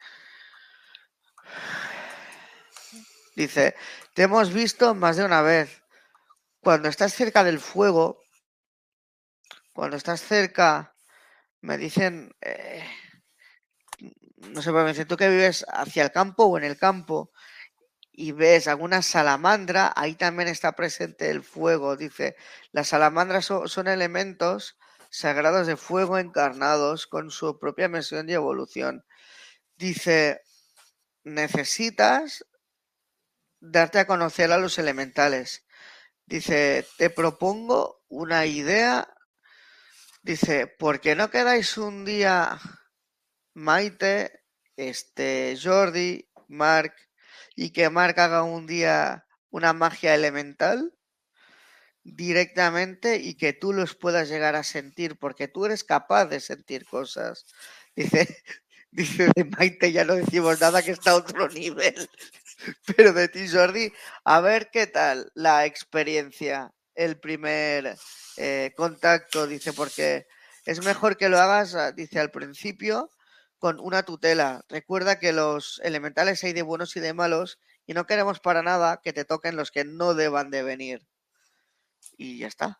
Dice, te hemos visto más de una vez. cuando estás cerca del fuego, cuando estás cerca, me dicen, eh, no sé, me dicen, tú que vives hacia el campo o en el campo y ves alguna salamandra, ahí también está presente el fuego. Dice, las salamandras son, son elementos sagrados de fuego encarnados con su propia misión y evolución. Dice, necesitas darte a conocer a los elementales. Dice, te propongo una idea. Dice, ¿por qué no quedáis un día, Maite, este, Jordi, Marc, y que Marc haga un día una magia elemental directamente y que tú los puedas llegar a sentir, porque tú eres capaz de sentir cosas? Dice, dice de Maite ya no decimos nada, que está a otro nivel. Pero de ti, Jordi, a ver qué tal la experiencia, el primer eh, contacto, dice, porque es mejor que lo hagas, dice, al principio con una tutela. Recuerda que los elementales hay de buenos y de malos y no queremos para nada que te toquen los que no deban de venir. Y ya está.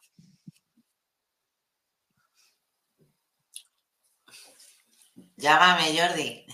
Llámame, Jordi.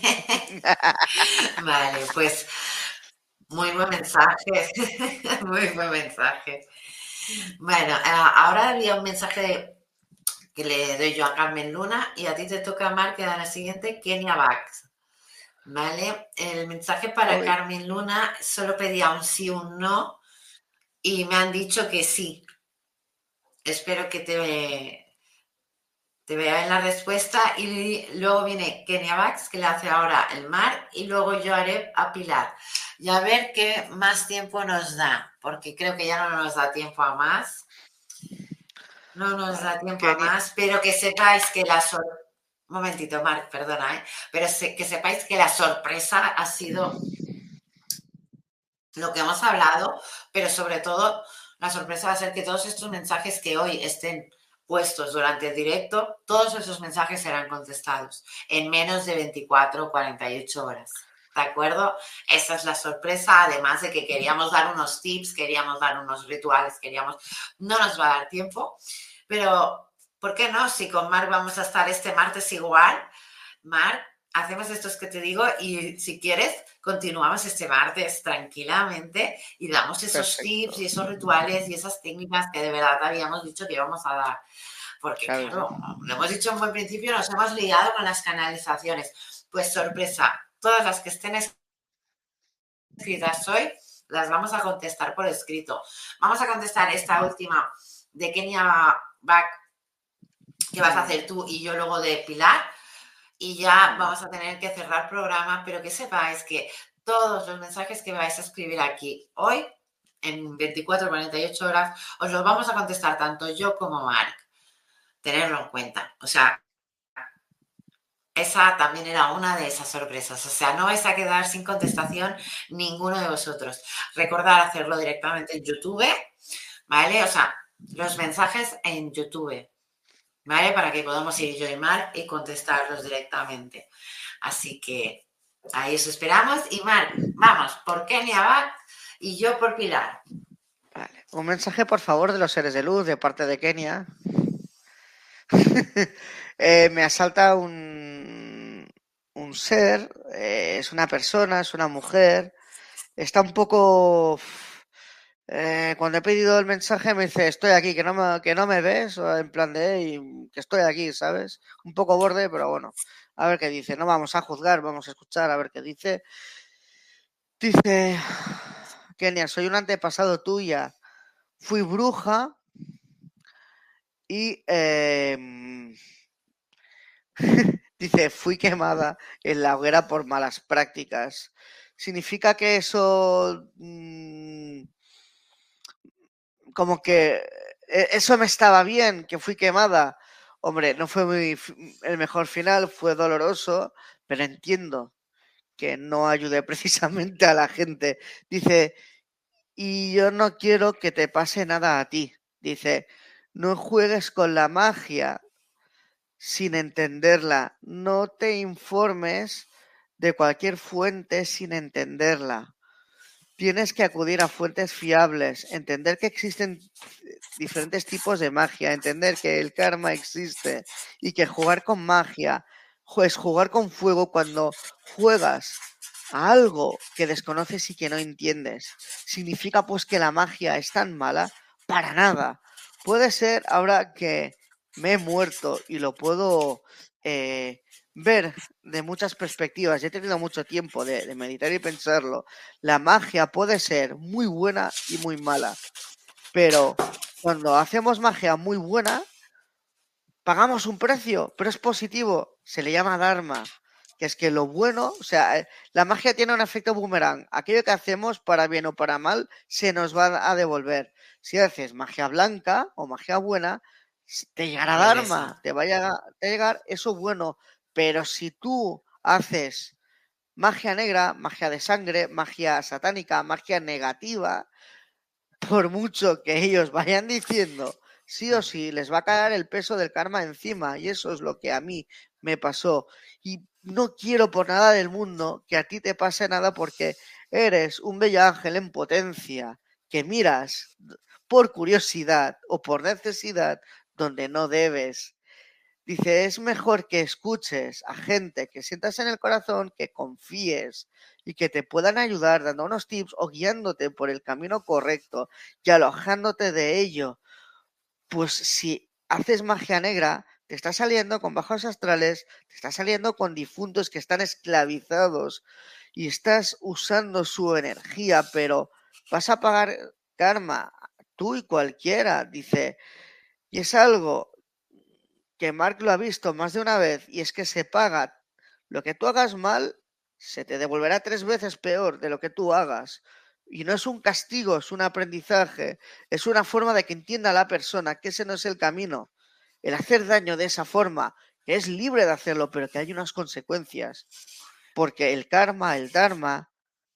Vale, pues muy buen mensaje. Muy buen mensaje. Bueno, ahora había un mensaje que le doy yo a Carmen Luna y a ti te toca, Marc, que da la siguiente, Kenia Bax. Vale, el mensaje para Hoy. Carmen Luna solo pedía un sí o un no y me han dicho que sí. Espero que te, te vea en la respuesta. Y luego viene Kenia Bax, que le hace ahora el Mar, y luego yo haré a Pilar. Y a ver qué más tiempo nos da, porque creo que ya no nos da tiempo a más. No nos da tiempo Kenia. a más, pero que sepáis que la sorpresa... Un momentito, Marc, perdona, ¿eh? Pero se, que sepáis que la sorpresa ha sido lo que hemos hablado, pero sobre todo la sorpresa va a ser que todos estos mensajes que hoy estén puestos durante el directo, todos esos mensajes serán contestados en menos de veinticuatro o cuarenta y ocho horas. ¿De acuerdo? Esa es la sorpresa, además de que queríamos dar unos tips, queríamos dar unos rituales, queríamos... No nos va a dar tiempo, pero ¿por qué no? Si con Marc vamos a estar este martes igual, Marc, hacemos estos que te digo y si quieres continuamos este martes tranquilamente y damos esos Perfecto. tips y esos rituales y esas técnicas que de verdad habíamos dicho que íbamos a dar. Porque claro, claro lo hemos dicho en buen principio, nos hemos liado con las canalizaciones. Pues sorpresa, todas las que estén escritas hoy las vamos a contestar por escrito. Vamos a contestar esta última de Kenia Back que vas a hacer tú y yo luego de Pilar. Y ya vamos a tener que cerrar programa, pero que sepáis que todos los mensajes que vais a escribir aquí hoy, en veinticuatro o cuarenta y ocho horas, os los vamos a contestar tanto yo como Marc. Tenerlo en cuenta. O sea, esa también era una de esas sorpresas. O sea, no vais a quedar sin contestación ninguno de vosotros. Recordad hacerlo directamente en YouTube, ¿vale? O sea, los mensajes en YouTube. ¿Vale? Para que podamos ir yo y Marc y contestarlos directamente. Así que ahí os esperamos. Y Marc, vamos, por Kenia Back y yo por Pilar. Vale. Un mensaje, por favor, de los seres de luz de parte de Kenia. eh, me asalta un, un ser, eh, es una persona, es una mujer. Está un poco... Eh, cuando he pedido el mensaje me dice estoy aquí, que no me, que no me ves, o en plan de y que estoy aquí, ¿sabes? Un poco borde, pero bueno, a ver qué dice. No vamos a juzgar, vamos a escuchar a ver qué dice. Dice, Kenia, soy un antepasado tuya, fui bruja y eh, dice, fui quemada en la hoguera por malas prácticas. ¿Significa que eso... Mmm, como que eso me estaba bien, que fui quemada? Hombre, no fue muy el mejor final, fue doloroso, pero entiendo que no ayude precisamente a la gente. Dice, y yo no quiero que te pase nada a ti. Dice, no juegues con la magia sin entenderla, no te informes de cualquier fuente sin entenderla. tienes que acudir a fuentes fiables, entender que existen diferentes tipos de magia, entender que el karma existe y que jugar con magia es jugar con fuego cuando juegas a algo que desconoces y que no entiendes. ¿Significa pues que la magia es tan mala? Para nada. Puede ser ahora que me he muerto y lo puedo eh, ver de muchas perspectivas. He tenido mucho tiempo de, de meditar y pensarlo. La magia puede ser muy buena y muy mala. Pero cuando hacemos magia muy buena, pagamos un precio, pero es positivo. Se le llama Dharma. Que es que lo bueno, o sea, la magia tiene un efecto boomerang. Aquello que hacemos para bien o para mal se nos va a devolver. Si haces magia blanca o magia buena, te llegará Dharma, te va a llegar, te va a llegar eso bueno. Pero si tú haces magia negra, magia de sangre, magia satánica, magia negativa, por mucho que ellos vayan diciendo, sí o sí, les va a caer el peso del karma encima. Y eso es lo que a mí me pasó. Y no quiero por nada del mundo que a ti te pase nada porque eres un bello ángel en potencia que miras por curiosidad o por necesidad donde no debes. Dice, es mejor que escuches a gente que sientas en el corazón, que confíes y que te puedan ayudar dando unos tips o guiándote por el camino correcto y alojándote de ello. Pues si haces magia negra, te está saliendo con bajos astrales, te está saliendo con difuntos que están esclavizados y estás usando su energía, pero vas a pagar karma, tú y cualquiera, dice. Y es algo que Mark lo ha visto más de una vez, y es que se paga lo que tú hagas mal, se te devolverá tres veces peor de lo que tú hagas. Y no es un castigo, es un aprendizaje, es una forma de que entienda la persona que ese no es el camino. El hacer daño de esa forma, que es libre de hacerlo, pero que hay unas consecuencias. Porque el karma, el dharma,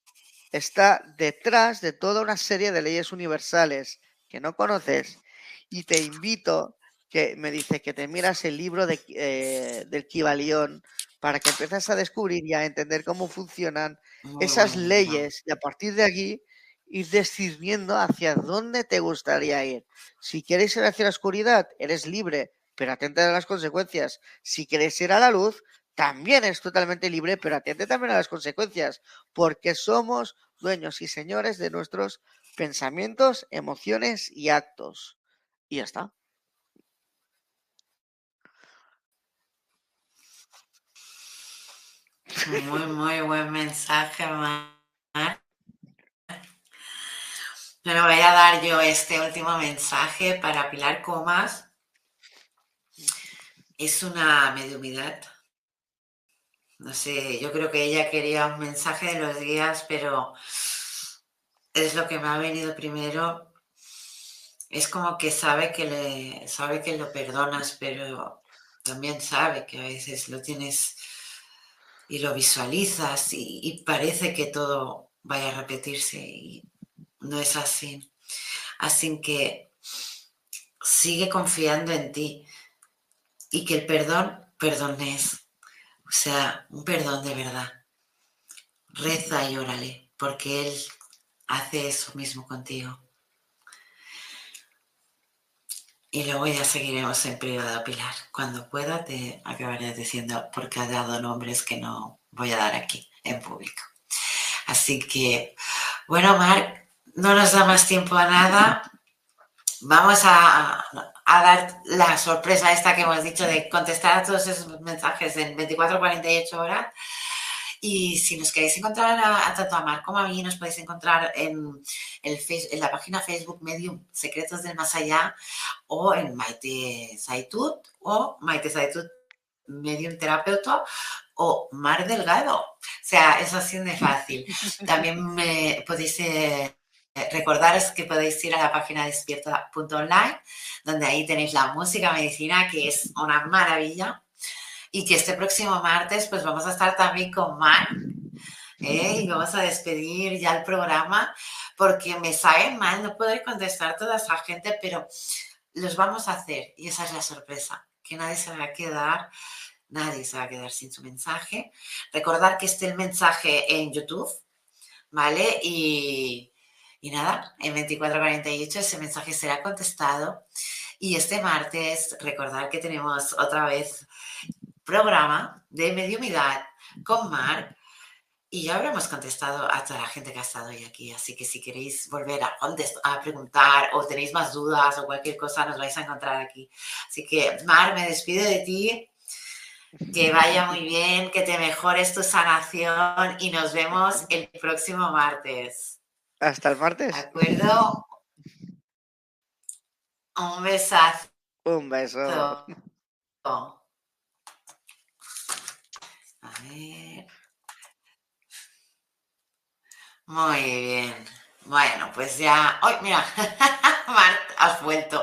está detrás de toda una serie de leyes universales que no conoces. Y te invito, que me dice que te miras el libro de, eh, del Kybalión para que empieces a descubrir y a entender cómo funcionan Muy esas buen libro. leyes y a partir de aquí ir discerniendo hacia dónde te gustaría ir. Si quieres ir hacia la oscuridad, eres libre, pero atenta a las consecuencias. Si quieres ir a la luz, también es totalmente libre, pero atente también a las consecuencias, porque somos dueños y señores de nuestros pensamientos, emociones y actos. Y ya está. Muy, muy buen mensaje, Mar. Pero voy a dar yo este último mensaje para Pilar Comas. Es una mediumidad. No sé, yo creo que ella quería un mensaje de los guías, pero es lo que me ha venido primero. Es como que sabe que le sabe que lo perdonas, pero también sabe que a veces lo tienes y lo visualizas y, y parece que todo vaya a repetirse y no es así. Así que sigue confiando en ti y que el perdón, perdón es, o sea, un perdón de verdad. Reza y órale, porque Él hace eso mismo contigo. Y luego ya seguiremos en privado, Pilar. Cuando pueda te acabaré diciendo porque ha dado nombres que no voy a dar aquí en público. Así que, bueno, Marc, no nos da más tiempo a nada. Vamos a, a dar la sorpresa esta que hemos dicho de contestar a todos esos mensajes en veinticuatro a cuarenta y ocho horas. Y si nos queréis encontrar a, a tanto a Marc como a mí, nos podéis encontrar en, el face, en la página Facebook Medium Secretos del Más Allá o en Maite Zaitut o Maite Zaitut Medium Terapeuta o Mar Delgado. O sea, es así de fácil. También me podéis... Eh, recordaros que podéis ir a la página despierta punto online, donde ahí tenéis la música medicina, que es una maravilla. Y que este próximo martes pues vamos a estar también con Marc, ¿eh? Y vamos a despedir ya el programa, porque me sabe mal no poder contestar a toda esa gente, pero los vamos a hacer y esa es la sorpresa, que nadie se va a quedar, nadie se va a quedar sin su mensaje. Recordar que esté el mensaje en YouTube, ¿vale? Y, y nada, en veinticuatro cuarenta y ocho ese mensaje será contestado. Y este martes, recordar que tenemos otra vez programa de mediumidad con Marc. Y ya habremos contestado a toda la gente que ha estado hoy aquí. Así que si queréis volver a, a preguntar o tenéis más dudas o cualquier cosa, nos vais a encontrar aquí. Así que, Marc, me despido de ti. Que vaya muy bien, que te mejores tu sanación y nos vemos el próximo martes. Hasta el martes. ¿De acuerdo? Un besazo. Un beso. A ver. Muy bien. Bueno, pues ya... ¡Ay, mira! Marc, has vuelto.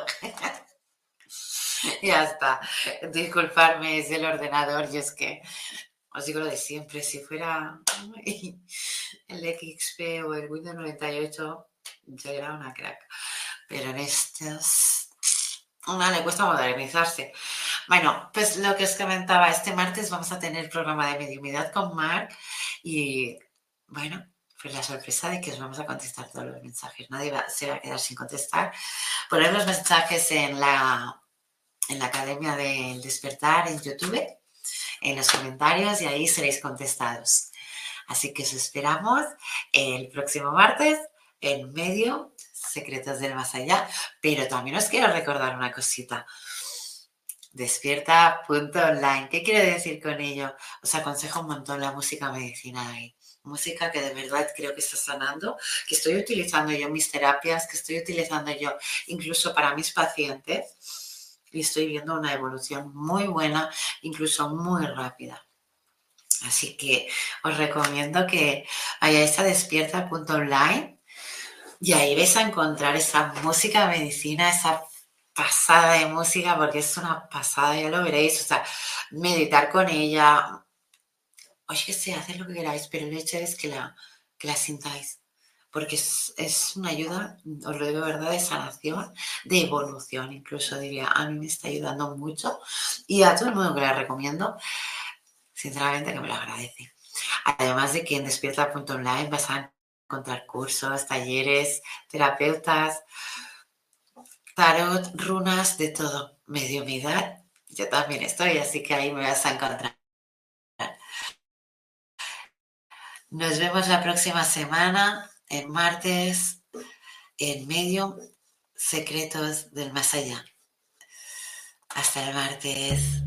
Ya está. Disculparme, es el ordenador. Y es que os digo lo de siempre. Si fuera el X P o el Windows noventa y ocho, yo era una crack. Pero en estos... Una le cuesta modernizarse. Bueno, pues lo que os comentaba, este martes vamos a tener el programa de mediumidad con Marc. Y bueno... pues la sorpresa de que os vamos a contestar todos los mensajes. Nadie va, se va a quedar sin contestar. Poner los mensajes en la, en la Academia del Despertar en YouTube, en los comentarios, y ahí seréis contestados. Así que os esperamos el próximo martes en Medio Secretos del Más Allá. Pero también os quiero recordar una cosita. Despierta punto online. ¿Qué quiero decir con ello? Os aconsejo un montón la música medicinal ahí. Música que de verdad creo que está sanando, que estoy utilizando yo en mis terapias, que estoy utilizando yo incluso para mis pacientes, y estoy viendo una evolución muy buena, incluso muy rápida. Así que os recomiendo que vayáis a despierta punto online y ahí vais a encontrar esa música medicina, esa pasada de música, porque es una pasada, ya lo veréis. O sea, meditar con ella... Oye, que sé, haced lo que queráis, pero el hecho es que la, que la sintáis. Porque es, es una ayuda, os lo digo de verdad, de sanación, de evolución, incluso diría. A mí me está ayudando mucho. Y a todo el mundo que la recomiendo, sinceramente que me lo agradece. Además de que en despierta punto online vas a encontrar cursos, talleres, terapeutas, tarot, runas, de todo. Mediumidad, yo también estoy, así que ahí me vas a encontrar. Nos vemos la próxima semana, el martes, en Medio Secretos del Más Allá. Hasta el martes.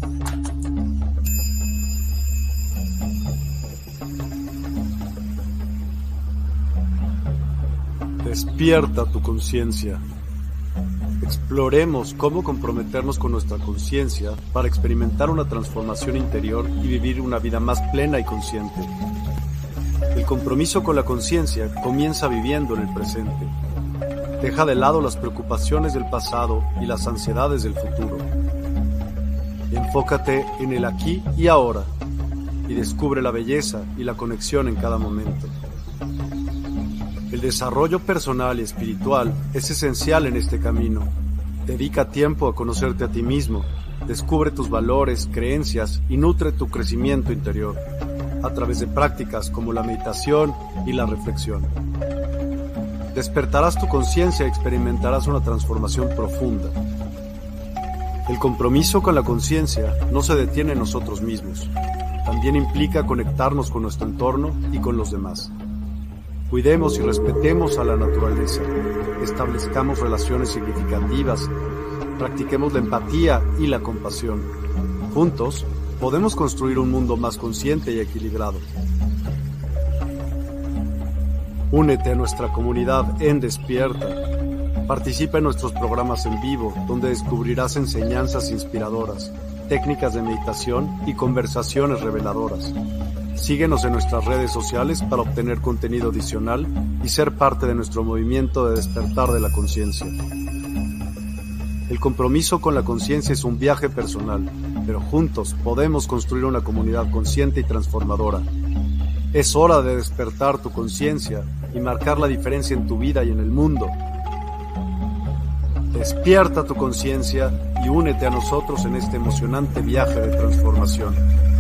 Despierta tu conciencia. Exploremos cómo comprometernos con nuestra conciencia para experimentar una transformación interior y vivir una vida más plena y consciente. El compromiso con la conciencia comienza viviendo en el presente. Deja de lado las preocupaciones del pasado y las ansiedades del futuro. Enfócate en el aquí y ahora y descubre la belleza y la conexión en cada momento. El desarrollo personal y espiritual es esencial en este camino. Dedica tiempo a conocerte a ti mismo, descubre tus valores, creencias y nutre tu crecimiento interior a través de prácticas como la meditación y la reflexión. Despertarás tu conciencia y experimentarás una transformación profunda. El compromiso con la conciencia no se detiene en nosotros mismos. También implica conectarnos con nuestro entorno y con los demás. Cuidemos y respetemos a la naturaleza. Establezcamos relaciones significativas. Practiquemos la empatía y la compasión. Juntos, podemos construir un mundo más consciente y equilibrado. Únete a nuestra comunidad en Despierta. Participa en nuestros programas en vivo, donde descubrirás enseñanzas inspiradoras, técnicas de meditación y conversaciones reveladoras. Síguenos en nuestras redes sociales para obtener contenido adicional y ser parte de nuestro movimiento de despertar de la conciencia. El compromiso con la conciencia es un viaje personal, pero juntos podemos construir una comunidad consciente y transformadora. Es hora de despertar tu conciencia y marcar la diferencia en tu vida y en el mundo. Despierta tu conciencia y únete a nosotros en este emocionante viaje de transformación.